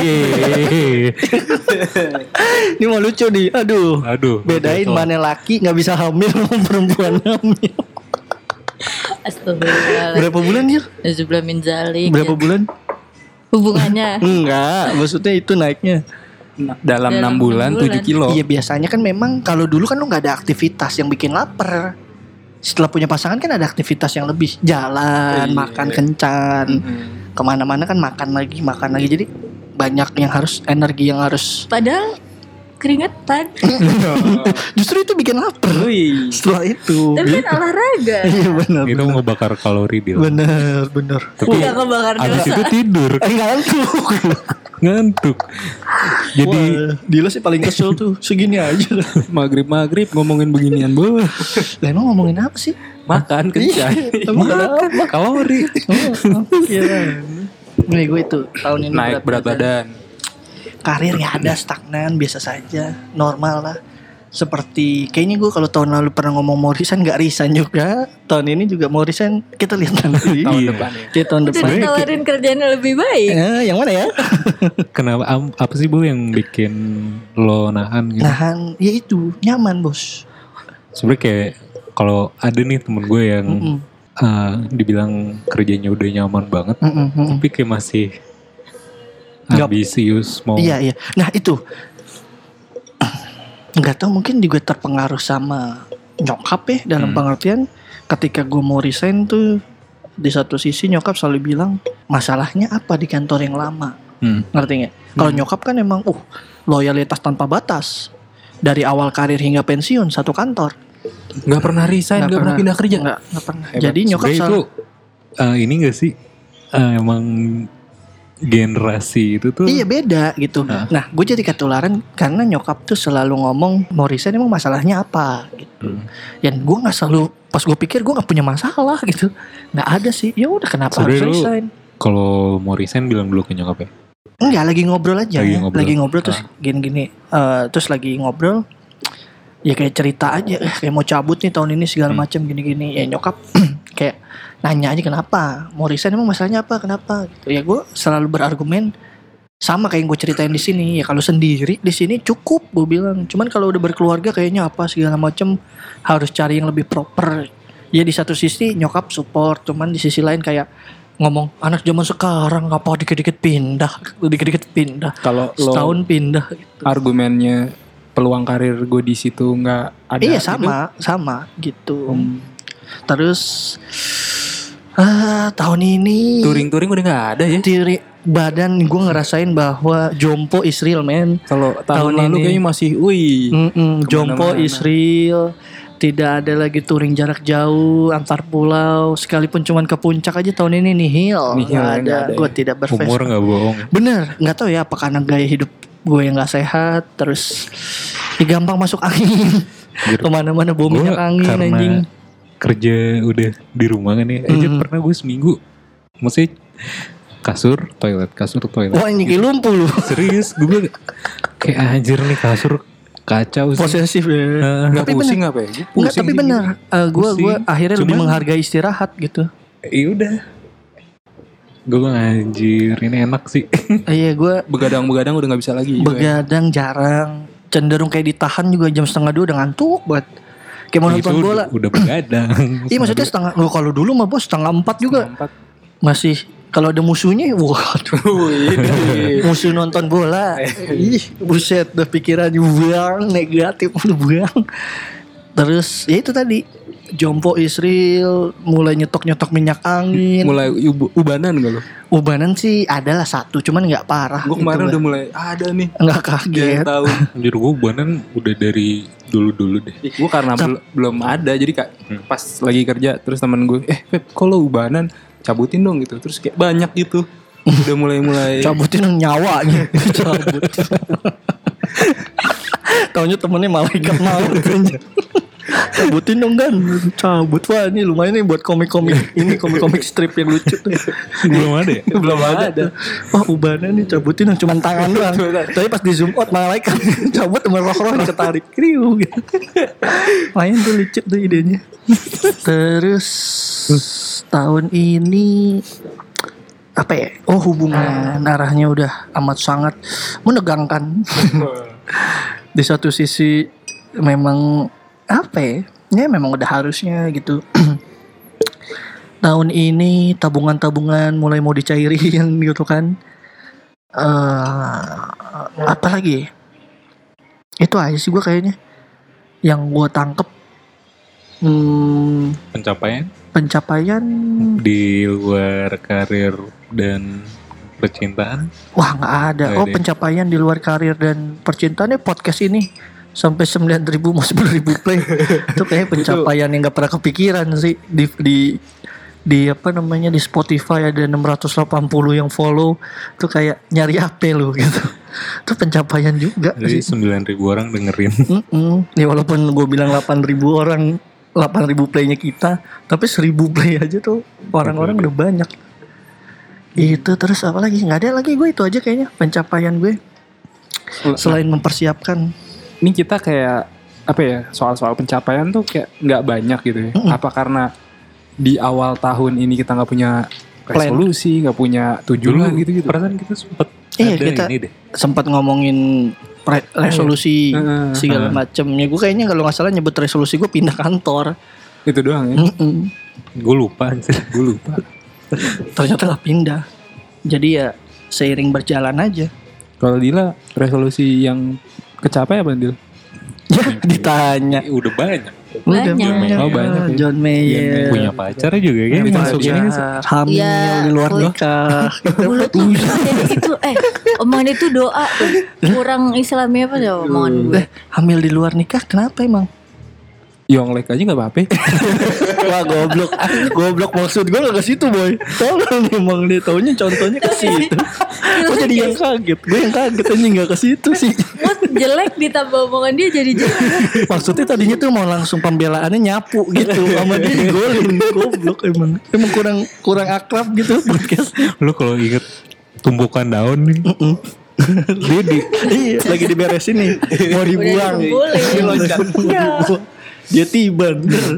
Ini mau lucu nih. Aduh. Bedain mana laki gak bisa hamil sama perempuan hamil. Astagfirullah. Berapa bulan ya? Nazublah min zalik. Berapa bulan? Hubungannya? Enggak, maksudnya itu naiknya dalam 6 bulan 7 kilo. Iya, biasanya kan memang kalau dulu kan lu gak ada aktivitas yang bikin lapar. Setelah punya pasangan kan ada aktivitas yang lebih, jalan, makan kencan, kemana-mana kan makan lagi. Jadi banyak yang harus, energi yang harus. Padahal keringetan. Justru itu bikin lapar. Setelah itu. Tapi kan olahraga. Iya benar. Itu ngebakar kalori dia. Bener. Tapi Nggak kebakar abis dosa. itu tidur. Ngantuk. Jadi Dila sih paling kesel tuh. Segini aja. Maghrib ngomongin beginian bu. Lah emang ngomongin apa sih? Makan kerja. Makan Kalori. Iya. Nih gue itu tahun ini Naik berat badan. Karir ya ada stagnan biasa saja, normal lah. Seperti kayaknya gue kalau tahun lalu pernah ngomong mau resign gak resign juga. Tahun ini juga mau resign, kita lihat nanti. Tahun depan ya. Iya, tahun Udah depan. ditawarin kerjaan yang lebih baik. Yang mana ya? kenapa apa sih Bu yang bikin lo nahan gitu? Nahan, ya itu nyaman bos. Sebenarnya kayak kalau ada nih temen gue yang dibilang kerjanya udah nyaman banget, tapi kayak masih ambisius mau. Iya. Nah itu nggak tahu mungkin juga terpengaruh sama nyokap ya dalam pengertian ketika gue mau resign tuh di satu sisi nyokap selalu bilang masalahnya apa di kantor yang lama. Ngerti nggak? Kalau nyokap kan emang loyalitas tanpa batas dari awal karir hingga pensiun satu kantor. Nggak pernah resign, nggak pernah pindah kerja. Nggak pernah. Hebat. Jadi nyokap Sebenarnya itu ini gak sih emang generasi itu tuh iya beda gitu. Nah gue jadi ketularan karena nyokap tuh selalu ngomong mau resign emang masalahnya apa gitu. Dan gue nggak selalu pas gue pikir gue nggak punya masalah gitu. Nggak ada sih. Ya udah kenapa harus Sebenarnya lu resign? kalau mau resign bilang dulu ke nyokap ya. Enggak lagi ngobrol aja. Lagi ngobrol. Terus gini-gini. Terus lagi ngobrol. Ya kayak cerita aja. Kayak mau cabut nih tahun ini segala macam gini-gini. Ya nyokap kayak nanya aja kenapa mau resign emang masalahnya apa kenapa gitu. Ya gue selalu berargumen sama kayak yang gue ceritain di sini. Ya kalau sendiri di sini cukup gue bilang. Cuman kalau udah berkeluarga kayaknya apa segala macam harus cari yang lebih proper. Ya di satu sisi nyokap support, cuman di sisi lain kayak ngomong anak zaman sekarang apa dikit-dikit pindah. Kalau lo Setahun pindah gitu. argumennya peluang karir gue di situ nggak ada. Iya gitu. sama gitu. Terus tahun ini Touring udah nggak ada ya. diri badan gue ngerasain bahwa jompo is real man. Kalau tahun lalu ini kayaknya masih, jompo kemana-mana. is real. Tidak ada lagi touring jarak jauh antar pulau. Sekalipun cuman ke puncak aja tahun ini nihil. Nihil, Nggak ada. nggak ada Gue ya. tidak Umur berfest. gak bohong. Bener, nggak tahu ya apa karena gaya hidup gue yang nggak sehat. Terus gampang masuk angin. Kemana-mana bau Gue minyak angin karena anjing. kerja udah di rumah kan ya. Aja pernah gue seminggu maksudnya kasur toilet. Wah ini kayak lumpuh lu. Serius gue kayak anjir nih kasur kacau sih. Posesif ya. Nggak Tapi pusing bener. apa ya? Enggak tapi benar. Gue Pusing. akhirnya lebih Cuman- menghargai istirahat gitu. Iya udah. Gue bilang anjir ini enak sih. Iya gue Begadang udah nggak bisa lagi. juga ya. begadang jarang. Cenderung kayak ditahan juga jam 1:30 udah ngantuk banget. Kayak mau nonton Itu bola. Udah begadang. Iya maksudnya kalau dulu mah bos 3:30 juga Empat. masih kalau ada musuhnya waduh. Musuh nonton bola. Ih, buset udah pikiran buang negatif udah buang. Terus ya itu tadi jompo Israel mulai nyetok minyak angin. Mulai ubanan gak lo? Ubanan sih adalah satu cuman nggak parah. Gue kemarin udah mulai ada nih. nggak kaget. Tahun. Anjir gue banan udah dari dulu deh. Gue karena belum ada jadi kak pas lagi kerja terus temen gue, Pep, kok lo ubanan cabutin dong gitu. Terus kayak banyak gitu. Udah mulai Cabutin yang nyawanya. Cabut. Taunya temennya malaikat maut aja. Cabutin dong kan. Cabut wah ini lumayan nih buat komik-komik. Ini komik-komik strip yang lucu tuh. Belum ada ya? Belum ada. Wah ubanan nih cabutin yang cuma tangan doang. Tapi pas di zoom out malaikat cabut sama roh-roh ketarik kriu gitu. Main tuh lucu tuh idenya. Terus tahun ini apa ya? Oh hubungan arahnya udah amat sangat menegangkan. Di satu sisi memang apa ya? Ya memang udah harusnya gitu. Tahun ini tabungan-tabungan mulai mau dicairin gitu kan. Apa lagi? Itu aja sih gue kayaknya. Yang gue tangkep Pencapaian pencapaian di luar karir dan percintaan? Wah nggak ada. Nggak ada. Pencapaian di luar karir dan percintaannya podcast ini sampai 9.000 mau 10.000 play. Itu kayak pencapaian yang nggak pernah kepikiran sih di apa namanya di Spotify ada 680 yang follow. Itu kayak nyari apa lu gitu. Itu pencapaian juga. Jadi 9.000 orang dengerin. Ya walaupun gue bilang 8.000 orang 8.000 playnya kita, tapi 1.000 play aja tuh orang-orang udah banyak. Itu terus apa lagi? Nggak ada lagi, gue itu aja kayaknya pencapaian gue. Selain mempersiapkan. Ini kita kayak apa ya, soal-soal pencapaian tuh kayak nggak banyak gitu ya. Apa karena di awal tahun ini kita nggak punya resolusi, nggak punya tujuan gitu. Perasaan kita sempet Kita sempat ngomongin resolusi segala macam. Ya gue kayaknya kalau nggak salah nyebut resolusi gue pindah kantor. Itu doang ya. Gue lupa. Ternyata nggak pindah. Jadi ya seiring berjalan aja. Kalau Dila resolusi yang kecapai apa Dil? Ya ditanya. Udah banyak. Banyak. Oh banyak ya. John Mayer. Punya pacar juga kan? Dimasukin ini hamil Ya, di luar nikah. Dulu tuh jadi itu omongan itu doa tuh. Kurang Islami apa ya omongan gue. Hamil di luar nikah kenapa emang? Yonglek aja gak apa-apa. Wah goblok maksud gue gak ke situ boy. Tolong emang dia taunya contohnya ke situ. Gue jadi yang kaget. Gue yang kaget aja gak ke situ sih. Mood jelek ditambah omongan dia jadi jelek. Maksudnya tadinya tuh mau langsung pembelaannya nyapu gitu sama dia digolin. Goblok emang kurang akrab gitu podcast. Lu kalau inget tumpukan daun nih. Dia iya, lagi diberesin nih. Mau dibuang. Dia loncat. Dia tiba.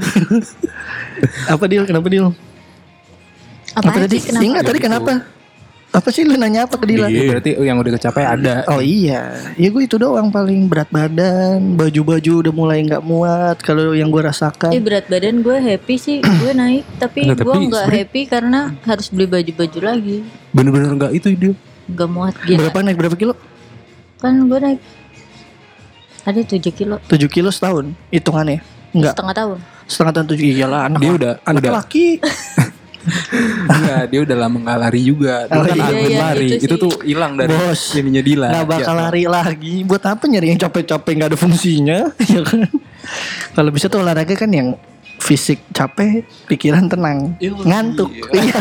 Apa Dil? Kenapa Dil? Apa tadi? kenapa? Ingat tadi kenapa? Apa sih lu nanya apa ke Dila? Iya. Berarti yang udah kecapai ada. Oh iya, ya gue itu doang paling berat badan, baju-baju udah mulai nggak muat. Kalau yang gue rasakan. Berat badan gue happy sih, gue naik. Tapi gue nggak happy karena harus beli baju-baju lagi. Bener-bener nggak itu dia. Gak muat gila. Naik berapa kilo? Kan gue naik ada 7 kilo. 7 kilo setahun, hitungannya? Enggak. Setengah tahun 7 iyalah anak. Dia udah laki. Enggak, dia udah lama gak lari juga. Dia kan atlet lari. Itu tuh hilang dari ininya Dila. Gak bakal lari lagi. Buat apa nyari yang capek-capek gak ada fungsinya? Ya kan? Kalau bisa tuh olahraga kan yang fisik capek, pikiran tenang. Ngantuk. Iya.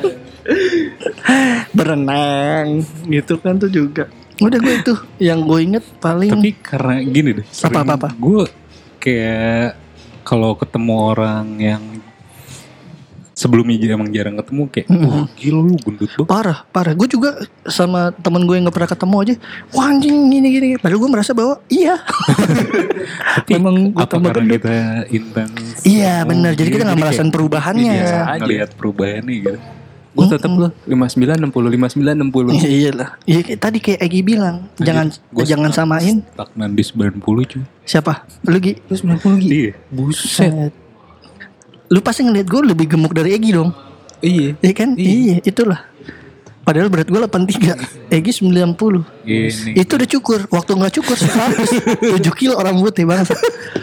Berenang gitu kan tuh juga. Udah gue itu yang gue inget paling. Tapi karena gini deh. Apa? Gue kayak kalau ketemu orang yang sebelumnya emang jarang ketemu kayak wah gila lu gendut banget. Parah. Gue juga sama temen gue yang gak pernah ketemu aja. Wah anjing gini. Padahal gue merasa bahwa iya. Tapi memang gue apa karena kita intens? Iya benar. Jadi kita gak merasakan perubahannya. Biasa aja ngeliat perubahannya gitu. Gue tetap loh 59 60 59 60. Iya lah. Iya tadi kayak Egi bilang, jangan samain. Stagnan di 90 cuy. Siapa? Lu Gi? 90 Gi. Iya. Buset. Lu pasti ngeliat gue lebih gemuk dari Egi dong. Iya. Iya kan? Iya, itulah. Padahal berat gue 83, Egi 90. Gini. Itu udah cukur. Waktu gak cukur 100 7 kilo orang putih banget.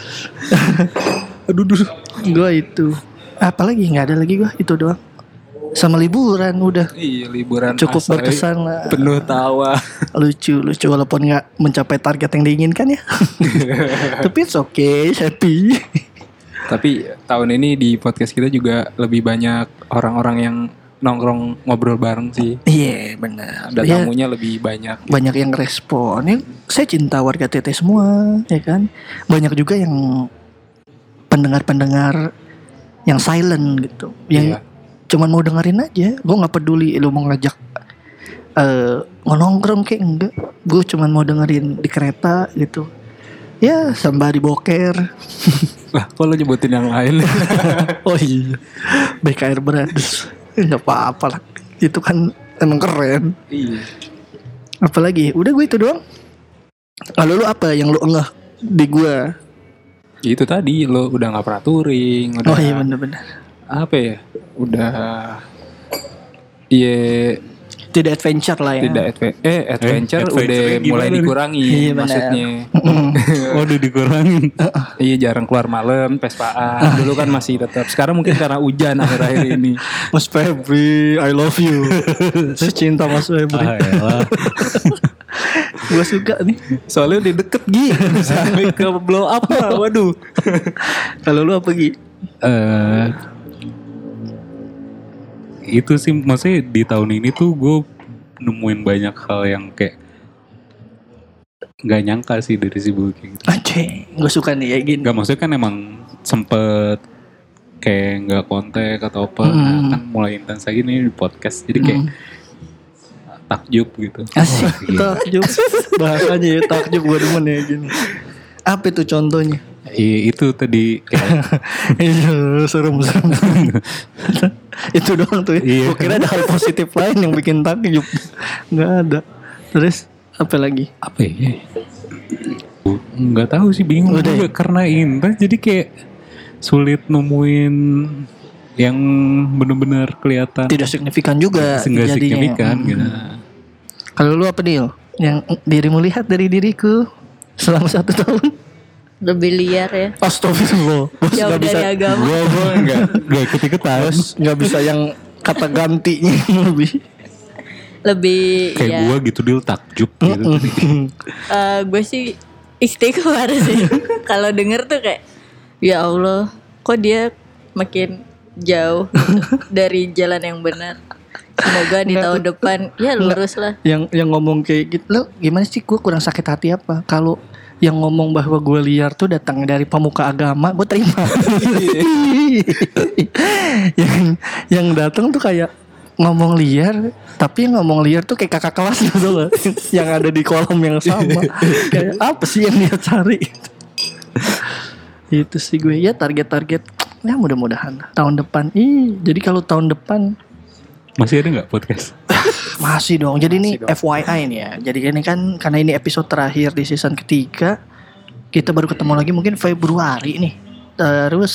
Aduh. Gue itu. Apalagi gak ada lagi gue. Itu doang. Sama liburan udah. Iya liburan cukup asal, berkesan lah. Penuh tawa. Lucu walaupun gak mencapai target yang diinginkan ya. Tapi it's okay, happy. Tapi tahun ini di podcast kita juga lebih banyak orang-orang yang nongkrong ngobrol bareng sih. Iya benar. Dan tamunya lebih banyak. Banyak yang respon. Ya, saya cinta warga TT semua, ya kan. Banyak juga yang pendengar-pendengar yang silent gitu. Yang cuman mau dengerin aja. Gue nggak peduli lu mau ngajak nongkrong kayak enggak. Gue cuman mau dengerin di kereta gitu. Ya sembari boker. Lah kok lo nyebutin yang lain? Oh iya BKR Brothers. Gak apa-apa lah. Itu kan emang keren. Iya. Apalagi udah gue itu doang. Kalau lu apa yang lu enggak di gue? Itu tadi lo udah gak pernah touring. Oh iya bener-bener. Apa ya? Udah. Iya. Tidak adventure lah ya. Tidak adventure udah mulai dikurangi Iya, maksudnya. Udah dikurangin. Iya jarang keluar malam, Vespaan. Dulu kan masih tetap. Sekarang mungkin karena hujan akhir-akhir ini. Mas Febri, I love you. Secinta Mas Febri. Gue suka nih. Soalnya udah deket Gi. Sampai ke blow up lah. Waduh. Kalau lu apa Gi? Itu sih maksudnya di tahun ini tuh gue nemuin banyak hal yang kayak nggak nyangka sih dari si Bogi gitu. Aceh, gue suka nih kayak gini. Gak maksudnya kan emang sempet kayak nggak kontak atau apa, nah, kan mulai intens lagi nih di podcast, jadi kayak takjub gitu. Asik, takjub. Bahasanya ya takjub, gue demen ya gini. Apa itu contohnya? Iya itu tadi Iya serem. Itu doang tuh ya. Gue kira ada hal positif lain yang bikin takjub. Nggak ada. Terus apa lagi? Apa ya? Nggak tahu sih, bingung Udah juga ya? karena intens jadi kayak sulit nemuin yang benar-benar kelihatan Tidak signifikan juga nggak jadinya. signifikan gitu. Kalau lu apa Dil? Yang dirimu lihat dari diriku selama 1 tahun? Lebih liar ya. Astagfirullah. Bos Jauh nggak dari bisa. agama. Gue nggak ikut-ikutan. Bos nggak bisa yang kata gantinya lebih. Lebih Kayak ya. gue gitu Dil, takjub gitu. Gue sih istighfar sih. Kalau denger tuh kayak ya Allah, kok dia makin jauh dari jalan yang benar. Semoga di tahun depan ya lurus lah. Yang ngomong kayak gitu, lo gimana sih? Gue kurang sakit hati apa? Kalau yang ngomong bahwa gue liar tuh datang dari pemuka agama, gue terima. yang datang tuh kayak ngomong liar, tapi yang ngomong liar tuh kayak kakak kelas gitu loh, yang ada di kolom yang sama. Kayak apa sih yang dia cari? Itu sih gue ya, target ya mudah-mudahan tahun depan. Jadi kalau tahun depan Masih ada nggak podcast? masih dong. Jadi ini FYI nih ya. Jadi ini kan karena ini episode terakhir di season ketiga, kita baru ketemu lagi mungkin Februari nih. Terus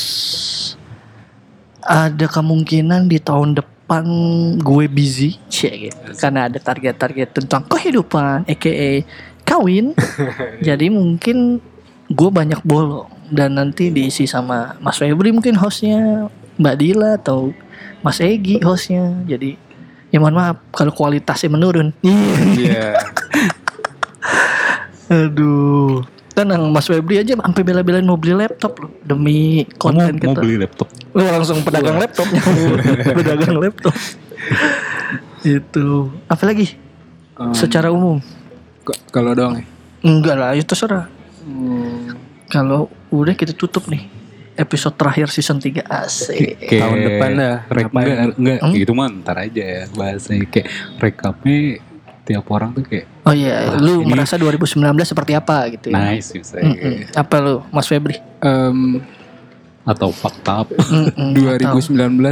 ada kemungkinan di tahun depan gue busy, gitu. Karena ada target-target tentang kehidupan, aka kawin. Jadi mungkin gue banyak bolong dan nanti diisi sama Mas Febri mungkin hostnya, Mbak Dila atau Mas Egi hostnya. Jadi ya mohon maaf kalau kualitasnya menurun. Iya. Aduh. Tenang, Mas Febri aja sampai bela-belain mau beli laptop loh demi konten kita. Mau beli laptop. Lu langsung pedagang laptopnya. Pedagang laptop. Itu. Apa lagi? Secara umum. Kalau doang ya. Enggak lah, itu terserah. Kalau udah kita tutup nih episode terakhir season 3 asik. Tahun depan dah. Enggak gitu mah ntar aja ya bahasanya, kayak rekapnya tiap orang tuh kayak Oh iya, lu merasa 2019 seperti apa gitu ya? nice misalnya. Apa lu, Mas Febri? Atau fakta apa. 2019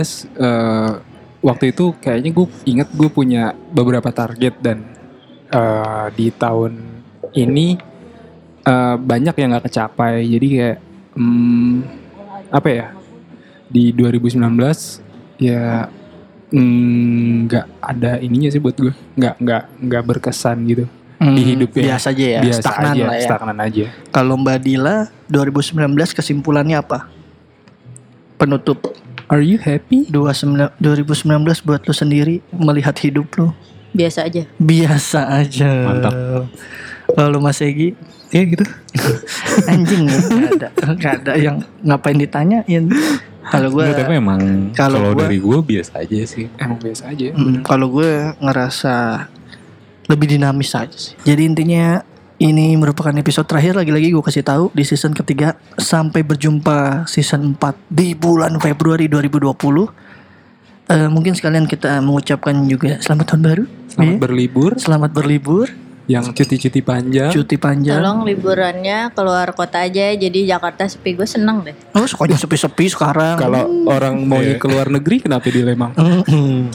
waktu itu kayaknya gue inget gue punya beberapa target dan di tahun ini banyak yang gak kecapai. Jadi kayak apa ya, di 2019 ya nggak ada ininya sih buat gue, nggak berkesan gitu di hidup ya. Biasa aja ya, Biasa stagnan aja, lah ya. stagnan aja. Kalau Mbak Dila 2019 kesimpulannya apa? Penutup Are you happy? 2019 buat lu sendiri melihat hidup lu. Biasa aja. Biasa aja. Mantap. Kalau Mas Egi, ya gitu. Anjing ya, nggak ada yang ngapain ditanyain. Kalau gue, Tapi emang kalau gua- dari gue biasa aja sih. Emang biasa aja. kalau gue ngerasa lebih dinamis aja sih. Jadi intinya ini merupakan episode terakhir, lagi-lagi gue kasih tahu di season ketiga. Sampai berjumpa season 4 di bulan Februari 2020. Mungkin sekalian kita mengucapkan juga selamat tahun baru. Selamat berlibur. Selamat berlibur, Yang cuti-cuti panjang. cuti panjang. Tolong liburannya keluar kota aja. Jadi Jakarta sepi, gue seneng deh. Oh, sekolahnya sepi-sepi sekarang. Kalau orang mau Iya. ke luar negeri kenapa di Lembang?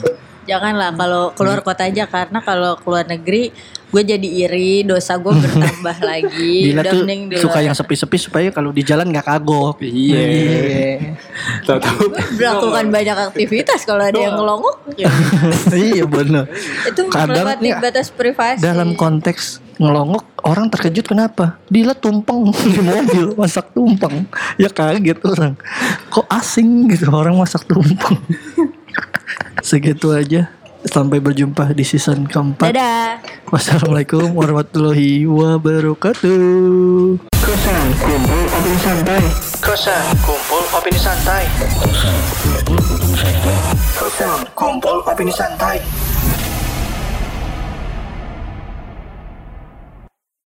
Janganlah kalau keluar kota aja, karena kalau keluar negeri gue jadi iri, dosa gue bertambah lagi. Dila tuh suka yang sepi-sepi supaya kalau di jalan gak kagok. Iya. Tahu-tahu Gue melakukan banyak aktivitas kalau ada yang ngelongok. Iya benar. Itu melewati batas privasi. Dalam konteks ngelongok, orang terkejut kenapa? Dila tumpeng di mobil, masak tumpeng. Ya kaget orang. Kok asing gitu orang masak tumpeng. Segitu aja. Sampai berjumpa di season keempat. Dadah. Wassalamualaikum warahmatullahi wabarakatuh. Kosan kumpul opini santai. Kosan kumpul opini santai. Kosan kumpul opini santai.